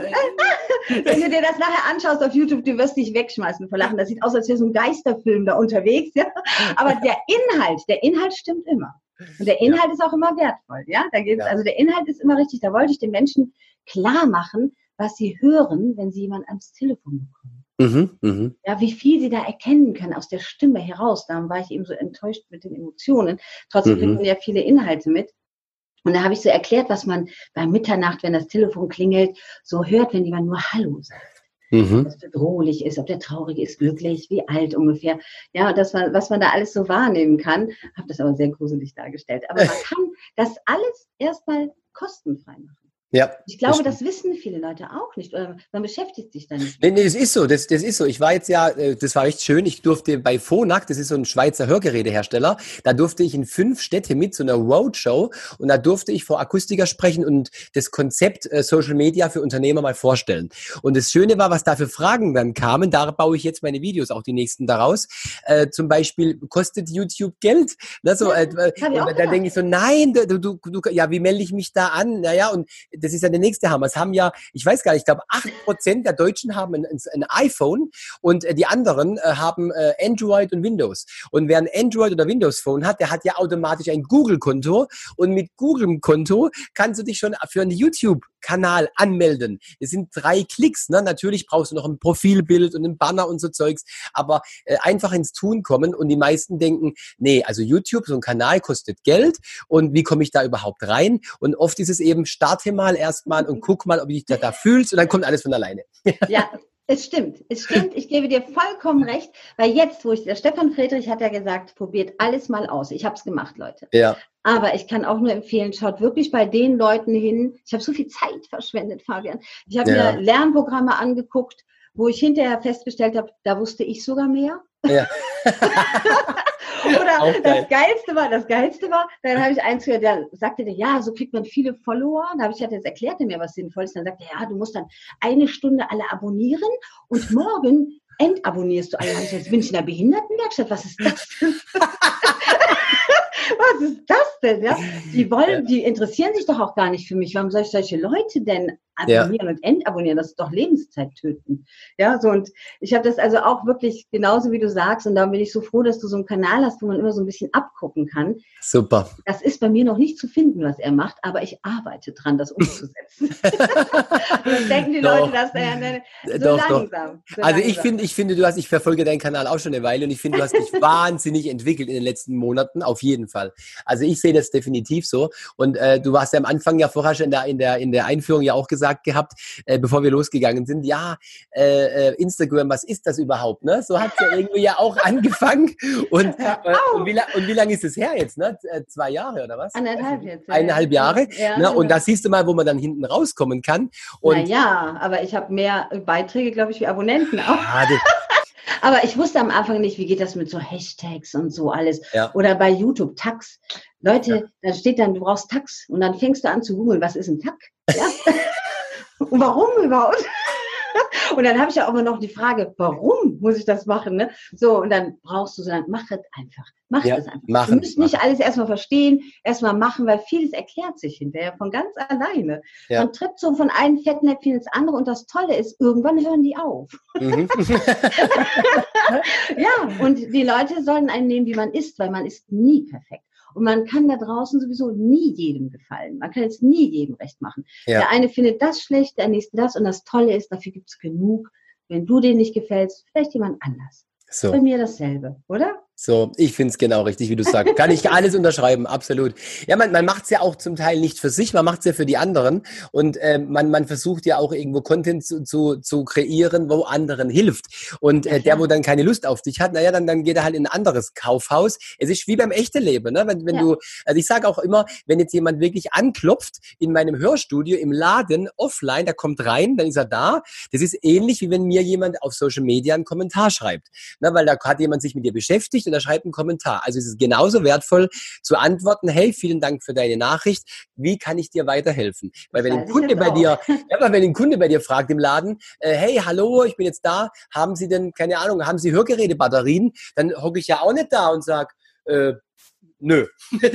wenn du dir das nachher anschaust auf YouTube, du wirst dich wegschmeißen vor Lachen. Das sieht aus, als wäre so ein Geisterfilm da unterwegs. Ja? Aber der Inhalt, der Inhalt stimmt immer. Und der Inhalt ja. ist auch immer wertvoll, ja. Da geht's, ja. Also der Inhalt ist immer richtig. Da wollte ich den Menschen klar machen, was sie hören, wenn sie jemanden ans Telefon bekommen. Mhm, mh. Ja, wie viel sie da erkennen können aus der Stimme heraus. Darum war ich eben so enttäuscht mit den Emotionen. Trotzdem kriegen wir ja viele Inhalte mit. Und da habe ich so erklärt, was man bei Mitternacht, wenn das Telefon klingelt, so hört, wenn jemand nur Hallo sagt. Mhm. Ob es bedrohlich ist, ob der traurig ist, glücklich, wie alt ungefähr. Ja, und das, was man da alles so wahrnehmen kann, habe das aber sehr gruselig dargestellt. Aber man kann das alles erstmal kostenfrei machen. Ja, ich glaube, das, das wissen viele Leute auch nicht. Oder man beschäftigt sich da nicht. Nee, nee, das ist so. Das, das ist so. Ich war jetzt ja, das war echt schön. Ich durfte bei Phonak, das ist so ein Schweizer Hörgerätehersteller, da durfte ich in fünf Städte mit, so einer Roadshow. Und da durfte ich vor Akustiker sprechen und das Konzept äh, Social Media für Unternehmer mal vorstellen. Und das Schöne war, was da für Fragen dann kamen. Da baue ich jetzt meine Videos, auch die nächsten daraus. Äh, zum Beispiel, kostet YouTube Geld? Na, so, ja, äh, und da, da denke ich so, nein, du, du, du, ja, wie melde ich mich da an? Naja, und das ist ja der nächste Hammer. Es haben ja, ich weiß gar nicht, ich glaube, acht Prozent der Deutschen haben ein, ein iPhone und die anderen äh, haben äh, Android und Windows. Und wer ein Android- oder Windows-Phone hat, der hat ja automatisch ein Google-Konto und mit Google-Konto kannst du dich schon für einen YouTube-Kanal anmelden. Das sind drei Klicks. Ne? Natürlich brauchst du noch ein Profilbild und ein Banner und so Zeugs, aber äh, einfach ins Tun kommen und die meisten denken, nee, also YouTube, so ein Kanal kostet Geld und wie komme ich da überhaupt rein? Und oft ist es eben, starte mal erstmal und guck mal, ob du dich da, da fühlst und dann kommt alles von alleine. Ja, es stimmt. Es stimmt. Ich gebe dir vollkommen recht, weil jetzt, wo ich, der Stefan Friedrich hat ja gesagt, probiert alles mal aus. Ich habe es gemacht, Leute. Ja. Aber ich kann auch nur empfehlen, schaut wirklich bei den Leuten hin. Ich habe so viel Zeit verschwendet, Fabian. Ich habe ja. mir Lernprogramme angeguckt, wo ich hinterher festgestellt habe, da wusste ich sogar mehr. Ja. Oder das Geilste war, das Geilste war, dann habe ich eins gehört, der sagte, ja, so kriegt man viele Follower. Da habe ich, jetzt erklärt er mir, was sinnvoll ist. Dann sagte er, ja, du musst dann eine Stunde alle abonnieren und morgen entabonnierst du alle. Jetzt bin ich in der Behindertenwerkstatt. Was ist das denn? Was ist das denn? Ja? Die wollen, die interessieren sich doch auch gar nicht für mich. Warum soll ich solche Leute denn abonnieren ja. und entabonnieren? Das ist doch Lebenszeit töten. Ja, so, und ich habe das also auch wirklich genauso wie du sagst, und da bin ich so froh, dass du so einen Kanal hast, wo man immer so ein bisschen abgucken kann. Super. Das ist bei mir noch nicht zu finden, was er macht, aber ich arbeite dran, das umzusetzen. Das denken die doch. Leute, dass er ne, so doch, langsam. So also langsam. ich finde, ich finde, du hast, ich verfolge deinen Kanal auch schon eine Weile und ich finde, du hast dich wahnsinnig entwickelt in den letzten Monaten, auf jeden Fall. Also ich sehe das definitiv so. Und äh, du hast ja am Anfang ja vorher schon in der, in der, in der Einführung ja auch gesagt, gesagt gehabt, äh, bevor wir losgegangen sind, ja, äh, äh, Instagram, was ist das überhaupt? Ne? So hat es ja irgendwie ja auch angefangen. Und, äh, und, wie, und wie lange ist es her jetzt? Ne? Zwei Jahre oder was? Anderthalb jetzt. Eineinhalb Jahre. Ja, ne? Und genau. da siehst du mal, wo man dann hinten rauskommen kann. Und naja, aber ich habe mehr Beiträge, glaube ich, wie Abonnenten auch. Ah, das, Aber ich wusste am Anfang nicht, wie geht das mit so Hashtags und so alles. Ja. Oder bei YouTube, Tags. Leute, Ja. da steht dann, du brauchst Tags. Und dann fängst du an zu googeln, was ist ein Tag? Ja? Und warum überhaupt? Und dann habe ich ja auch immer noch die Frage, warum muss ich das machen? Ne? So, und dann brauchst du so, dann mach es einfach. Mach Ja, es einfach. machen, du musst nicht machen. alles erstmal verstehen, erstmal machen, weil vieles erklärt sich hinterher von ganz alleine. Ja. Man tritt so von einem Fettnäpfchen ins andere und das Tolle ist, irgendwann hören die auf. Mhm. Ja, und die Leute sollen einen nehmen, wie man ist, weil man ist nie perfekt. Und man kann da draußen sowieso nie jedem gefallen. Man kann jetzt nie jedem recht machen. Ja. Der eine findet das schlecht, der nächste das. Und das Tolle ist, dafür gibt es genug. Wenn du denen nicht gefällst, vielleicht jemand anders. So. Bei mir dasselbe, oder? So, ich finde es genau richtig, wie du sagst. Kann ich alles unterschreiben, absolut. Ja, man, man macht es ja auch zum Teil nicht für sich, man macht es ja für die anderen. Und äh, man, man versucht ja auch irgendwo Content zu, zu, zu kreieren, wo anderen hilft. Und äh, der, wo dann keine Lust auf dich hat, naja, dann, dann geht er halt in ein anderes Kaufhaus. Es ist wie beim echten Leben. Ne? Wenn, wenn Ja. du, also ich sage auch immer, wenn jetzt jemand wirklich anklopft in meinem Hörstudio, im Laden, offline, der kommt rein, dann ist er da. Das ist ähnlich, wie wenn mir jemand auf Social Media einen Kommentar schreibt. Ne? Weil da hat jemand sich mit dir beschäftigt und er schreibt einen Kommentar. Also es ist genauso wertvoll zu antworten, hey, vielen Dank für deine Nachricht, wie kann ich dir weiterhelfen? Weil wenn ein Kunde bei dir, ja, weil wenn ein Kunde bei dir fragt im Laden, äh, hey, hallo, ich bin jetzt da, haben Sie denn, keine Ahnung, haben Sie Hörgerätebatterien? Dann hocke ich ja auch nicht da und sag, äh, nö.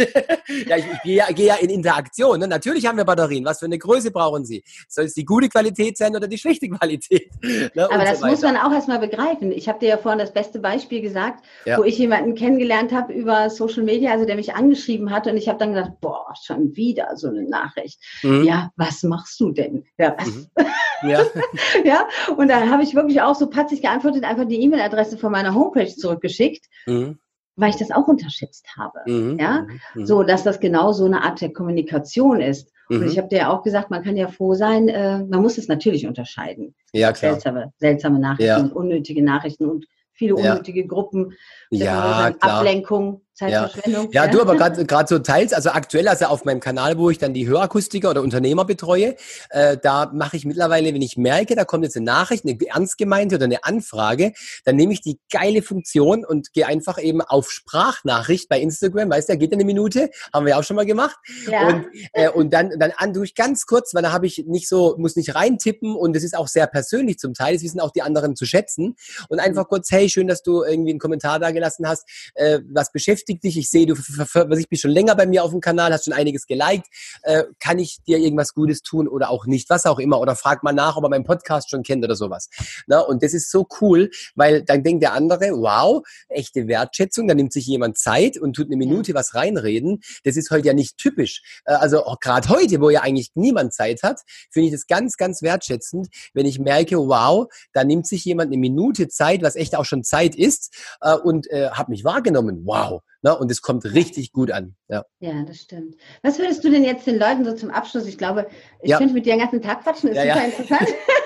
ja, ich, ich gehe ja, gehe ja in Interaktion. Ne? Natürlich haben wir Batterien. Was für eine Größe brauchen Sie? Soll es die gute Qualität sein oder die schlechte Qualität? Ne? Aber Und das so muss weiter. man auch erstmal begreifen. Ich habe dir ja vorhin das beste Beispiel gesagt, Ja. wo ich jemanden kennengelernt habe über Social Media, also der mich angeschrieben hatte und ich habe dann gedacht, boah, schon wieder so eine Nachricht. Mhm. Ja, was machst du denn? Ja, was? Mhm. Ja. Ja, und dann habe ich wirklich auch so patzig geantwortet, einfach die E-Mail-Adresse von meiner Homepage zurückgeschickt, Mhm. weil ich das auch unterschätzt habe. Mhm. Ja, Mhm. so, dass das genau so eine Art der Kommunikation ist. Und Mhm. ich habe dir ja auch gesagt, man kann ja froh sein, äh, man muss es natürlich unterscheiden. Ja, klar. Seltsame, seltsame Nachrichten Ja. und unnötige Nachrichten und viele Ja. unnötige Gruppen. Ja, klar. Ablenkung, Zeitverschwendung. Ja, du aber gerade gerade so teils, also aktuell, also auf meinem Kanal, wo ich dann die Hörakustiker oder Unternehmer betreue, äh, da mache ich mittlerweile, wenn ich merke, da kommt jetzt eine Nachricht, eine ernst gemeinte oder eine Anfrage, dann nehme ich die geile Funktion und gehe einfach eben auf Sprachnachricht bei Instagram, weißt du, da geht eine Minute, haben wir ja auch schon mal gemacht. Ja. Und, äh, und dann, dann an durch ganz kurz, weil da habe ich nicht so, muss nicht reintippen und es ist auch sehr persönlich zum Teil, das wissen auch die anderen zu schätzen. Und einfach kurz, hey, schön, dass du irgendwie einen Kommentar da gelassen hast, äh, was beschäftigt dich? Ich sehe, du was ich bist schon länger bei mir auf dem Kanal, hast schon einiges geliked. Äh, kann ich dir irgendwas Gutes tun oder auch nicht? Was auch immer. Oder frag mal nach, ob er meinen Podcast schon kennt oder sowas. Na, und das ist so cool, weil dann denkt der andere, wow, echte Wertschätzung, da nimmt sich jemand Zeit und tut eine Minute was reinreden. Das ist heute ja nicht typisch. Äh, also auch gerade heute, wo ja eigentlich niemand Zeit hat, finde ich das ganz, ganz wertschätzend, wenn ich merke, wow, da nimmt sich jemand eine Minute Zeit, was echt auch schon Zeit ist, äh, und äh, hat mich wahrgenommen. Wow. Na, und es kommt richtig gut an. Ja. Ja, das stimmt. Was würdest du denn jetzt den Leuten so zum Abschluss, ich glaube, ich Ja. könnte mit dir den ganzen Tag quatschen, ist Ja, super ja. interessant.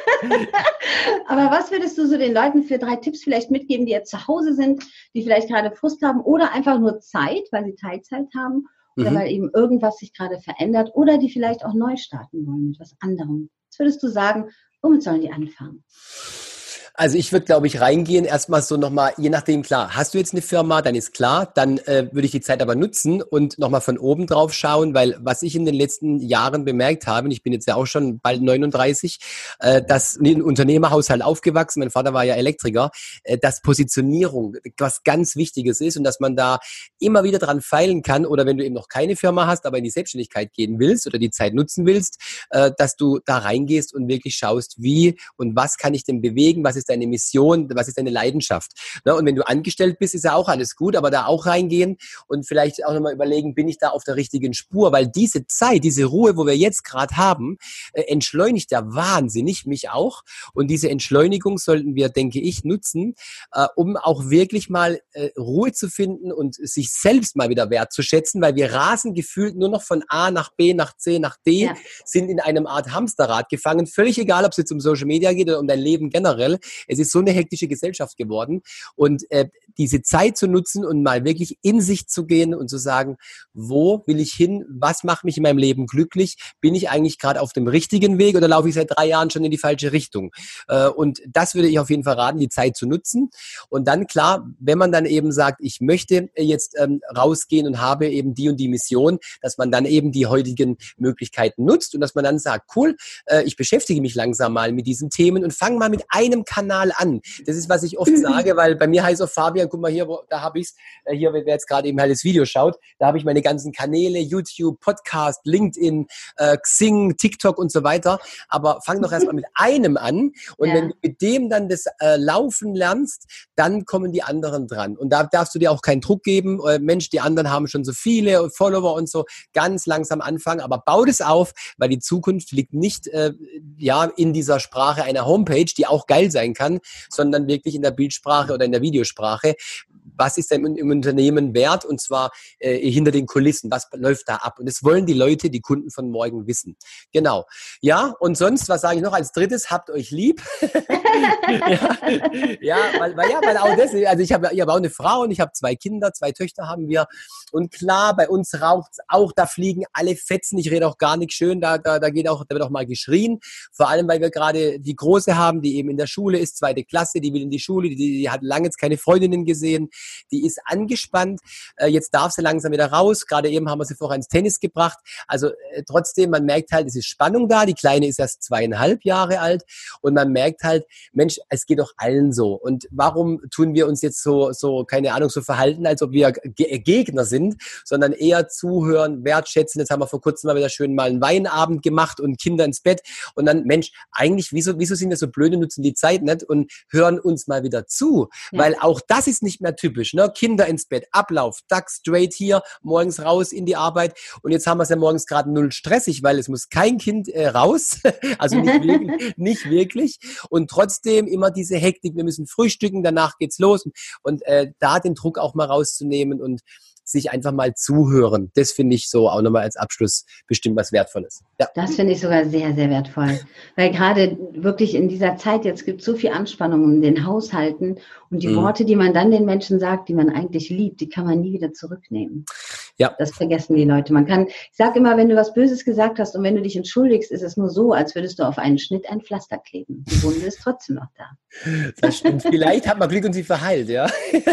Aber was würdest du so den Leuten für drei Tipps vielleicht mitgeben, die jetzt zu Hause sind, die vielleicht gerade Frust haben oder einfach nur Zeit, weil sie Teilzeit haben oder Mhm. weil eben irgendwas sich gerade verändert oder die vielleicht auch neu starten wollen mit was anderem? Was würdest du sagen, womit sollen die anfangen? Also ich würde, glaube ich, reingehen, erstmal so nochmal, je nachdem, klar, hast du jetzt eine Firma, dann ist klar, dann äh, würde ich die Zeit aber nutzen und nochmal von oben drauf schauen, weil was ich in den letzten Jahren bemerkt habe, und ich bin jetzt ja auch schon bald neununddreißig, äh, dass in einem Unternehmerhaushalt aufgewachsen, mein Vater war ja Elektriker, äh, dass Positionierung was ganz Wichtiges ist und dass man da immer wieder dran feilen kann oder wenn du eben noch keine Firma hast, aber in die Selbstständigkeit gehen willst oder die Zeit nutzen willst, äh, dass du da reingehst und wirklich schaust, wie und was kann ich denn bewegen, was ist ist deine Mission, was ist deine Leidenschaft. Ne? Und wenn du angestellt bist, ist ja auch alles gut, aber da auch reingehen und vielleicht auch nochmal überlegen, bin ich da auf der richtigen Spur, weil diese Zeit, diese Ruhe, wo wir jetzt gerade haben, äh, entschleunigt ja wahnsinnig, mich auch. Und diese Entschleunigung sollten wir, denke ich, nutzen, äh, um auch wirklich mal äh, Ruhe zu finden und sich selbst mal wieder wertzuschätzen, weil wir rasen gefühlt nur noch von A nach B, nach C, nach D, ja. sind in einem Art Hamsterrad gefangen. Völlig egal, ob es jetzt um Social Media geht oder um dein Leben generell. Es ist so eine hektische Gesellschaft geworden. Und äh, diese Zeit zu nutzen und mal wirklich in sich zu gehen und zu sagen, wo will ich hin? Was macht mich in meinem Leben glücklich? Bin ich eigentlich gerade auf dem richtigen Weg oder laufe ich seit drei Jahren schon in die falsche Richtung? Äh, und das würde ich auf jeden Fall raten, die Zeit zu nutzen. Und dann klar, wenn man dann eben sagt, ich möchte jetzt ähm, rausgehen und habe eben die und die Mission, dass man dann eben die heutigen Möglichkeiten nutzt und dass man dann sagt, cool, äh, ich beschäftige mich langsam mal mit diesen Themen und fange mal mit einem Kanal an. Das ist, was ich oft sage, weil bei mir heißt auch Fabian, guck mal hier, wo, da habe ich's, äh, hier, wer jetzt gerade eben halt das Video schaut, da habe ich meine ganzen Kanäle, YouTube, Podcast, LinkedIn, äh, Xing, TikTok und so weiter. Aber fang doch erstmal mit einem an und ja. wenn du mit dem dann das äh, Laufen lernst, dann kommen die anderen dran. Und da darfst du dir auch keinen Druck geben. Äh, Mensch, die anderen haben schon so viele Follower und so. Ganz langsam anfangen, aber bau das auf, weil die Zukunft liegt nicht äh, ja in dieser Sprache einer Homepage, die auch geil sein kann, sondern wirklich in der Bildsprache oder in der Videosprache. Was ist denn im Unternehmen wert? Und zwar äh, hinter den Kulissen. Was läuft da ab? Und das wollen die Leute, die Kunden von morgen wissen. Genau. Ja, und sonst, was sage ich noch als drittes? Habt euch lieb. ja, ja, weil, weil, ja, weil auch das, also ich habe ich hab auch eine Frau und ich habe zwei Kinder, zwei Töchter haben wir. Und klar, bei uns raucht's auch, da fliegen alle Fetzen. Ich rede auch gar nicht schön, da, da, da geht auch, da wird auch mal geschrien. Vor allem, weil wir gerade die Große haben, die eben in der Schule ist, zweite Klasse, die will in die Schule, die, die hat lange jetzt keine Freundinnen gesehen. Die ist angespannt. Äh, jetzt darf sie langsam wieder raus. Gerade eben haben wir sie vorher ins Tennis gebracht. Also äh, trotzdem, man merkt halt, es ist Spannung da. Die Kleine ist erst zweieinhalb Jahre alt und man merkt halt, Mensch, es geht doch allen so. Und warum tun wir uns jetzt so, so keine Ahnung, so verhalten, als ob wir Ge- Gegner sind, sondern eher zuhören, wertschätzen. Jetzt haben wir vor kurzem mal wieder schön mal einen Weinabend gemacht und Kinder ins Bett. Und dann, Mensch, eigentlich, wieso, wieso sind wir so blöd und nutzen die Zeit nicht und hören uns mal wieder zu? Ja. Weil auch das ist nicht mehr typisch, ne? Kinder ins Bett, Ablauf, Duck straight hier, morgens raus in die Arbeit. Und jetzt haben wir es ja morgens gerade null stressig, weil es muss kein Kind äh, raus. Also nicht wirklich, nicht wirklich. Und trotzdem immer diese Hektik, wir müssen frühstücken, danach geht's los. Und, und äh, da den Druck auch mal rauszunehmen und sich einfach mal zuhören. Das finde ich so auch nochmal als Abschluss bestimmt was Wertvolles. Ja. Das finde ich sogar sehr, sehr wertvoll. Weil gerade wirklich in dieser Zeit, jetzt gibt es so viel Anspannung in den Haushalten und die mhm. Worte, die man dann den Menschen sagt, die man eigentlich liebt, die kann man nie wieder zurücknehmen. Ja. Das vergessen die Leute. Man kann, ich sage immer, wenn du was Böses gesagt hast und wenn du dich entschuldigst, ist es nur so, als würdest du auf einen Schnitt ein Pflaster kleben. Die Wunde ist trotzdem noch da. Das stimmt. Vielleicht hat man Glück und sie verheilt, ja.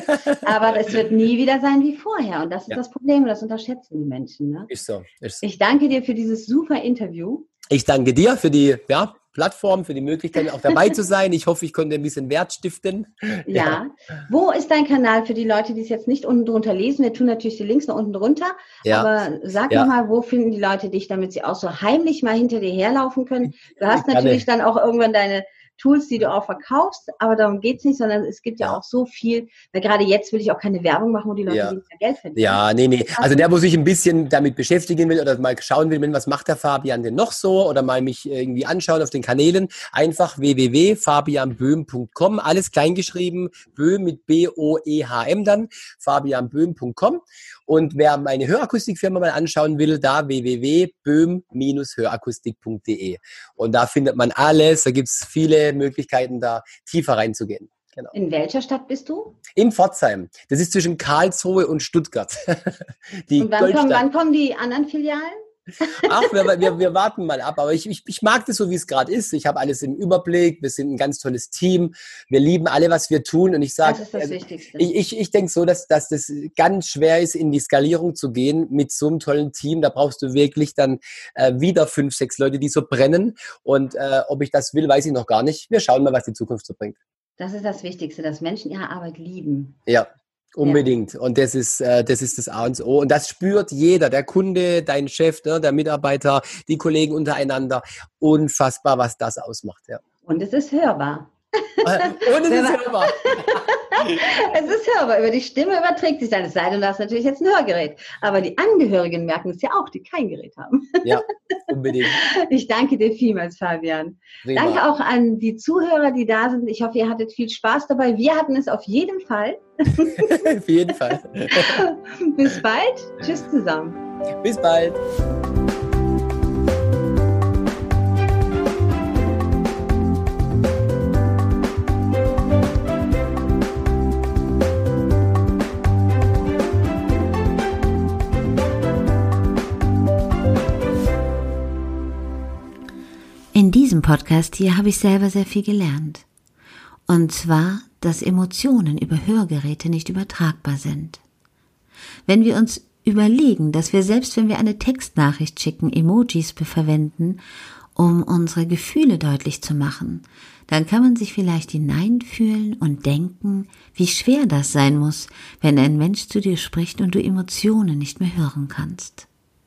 Aber es wird nie wieder sein wie vorher. Und das ist ja. das Problem. Und das unterschätzen die Menschen. Ne? Ist so, ist so. Ich danke dir für dieses super Interview. Ich danke dir für die ja, Plattform, für die Möglichkeit, auch dabei zu sein. Ich hoffe, ich konnte ein bisschen Wert stiften. Ja. ja. Wo ist dein Kanal für die Leute, die es jetzt nicht unten drunter lesen? Wir tun natürlich die Links noch unten drunter. Ja. Aber sag ja. nochmal, wo finden die Leute dich, damit sie auch so heimlich mal hinter dir herlaufen können? Du hast natürlich dann auch irgendwann deine Tools, die du auch verkaufst, aber darum geht's nicht, sondern es gibt ja, ja auch so viel, weil gerade jetzt will ich auch keine Werbung machen, wo die Leute ja. weniger Geld verdienen. Ja, nee, nee. Also der, wo sich ein bisschen damit beschäftigen will oder mal schauen will, was macht der Fabian denn noch so oder mal mich irgendwie anschauen auf den Kanälen, einfach w w w punkt fabian böhm punkt com, alles kleingeschrieben, Böhm mit B O E H M dann, fabian böhm punkt com. Und wer meine Hörakustikfirma mal anschauen will, da w w w punkt böhm Bindestrich hörakustik punkt d e. Und da findet man alles, da gibt's viele Möglichkeiten, da tiefer reinzugehen. Genau. In welcher Stadt bist du? In Pforzheim. Das ist zwischen Karlsruhe und Stuttgart. Die und wann kommen, wann kommen die anderen Filialen? Ach, wir, wir, wir warten mal ab. Aber ich, ich, ich mag das so, wie es gerade ist. Ich habe alles im Überblick. Wir sind ein ganz tolles Team. Wir lieben alle, was wir tun. Und ich sage, das ist das also, Wichtigste. Ich, ich, ich denke so, dass, dass das ganz schwer ist, in die Skalierung zu gehen mit so einem tollen Team. Da brauchst du wirklich dann äh, wieder fünf, sechs Leute, die so brennen. Und äh, ob ich das will, weiß ich noch gar nicht. Wir schauen mal, was die Zukunft so bringt. Das ist das Wichtigste, dass Menschen ihre Arbeit lieben. Ja. Unbedingt. Ja. Und das ist, äh, das ist das A und O. Und das spürt jeder, der Kunde, dein Chef, ne, der Mitarbeiter, die Kollegen untereinander. Unfassbar, was das ausmacht, ja. Und es ist hörbar. Und es ist hörbar. Es ist hörbar. Über die Stimme überträgt sich dann. Es sei denn, du hast natürlich jetzt ein Hörgerät. Aber die Angehörigen merken es ja auch, die kein Gerät haben. Ja, unbedingt. Ich danke dir vielmals, Fabian. Prima. Danke auch an die Zuhörer, die da sind. Ich hoffe, ihr hattet viel Spaß dabei. Wir hatten es auf jeden Fall. Auf jeden Fall. Bis bald. Tschüss zusammen. Bis bald. In diesem Podcast hier habe ich selber sehr viel gelernt. Und zwar, dass Emotionen über Hörgeräte nicht übertragbar sind. Wenn wir uns überlegen, dass wir selbst, wenn wir eine Textnachricht schicken, Emojis verwenden, um unsere Gefühle deutlich zu machen, dann kann man sich vielleicht hineinfühlen und denken, wie schwer das sein muss, wenn ein Mensch zu dir spricht und du Emotionen nicht mehr hören kannst.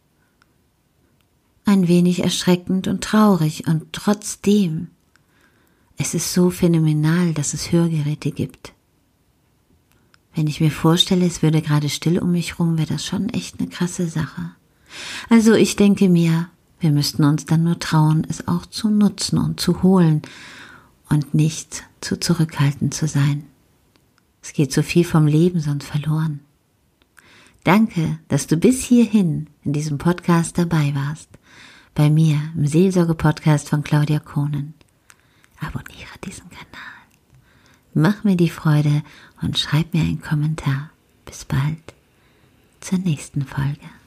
Ein wenig erschreckend und traurig und trotzdem, es ist so phänomenal, dass es Hörgeräte gibt. Wenn ich mir vorstelle, es würde gerade still um mich rum, wäre das schon echt eine krasse Sache. Also ich denke mir, wir müssten uns dann nur trauen, es auch zu nutzen und zu holen und nicht zu zurückhaltend zu sein. Es geht so viel vom Leben sonst verloren. Danke, dass du bis hierhin in diesem Podcast dabei warst. Bei mir im Seelsorge-Podcast von Claudia Kohnen. Abonniere diesen Kanal. Mach mir die Freude und schreib mir einen Kommentar. Bis bald zur nächsten Folge.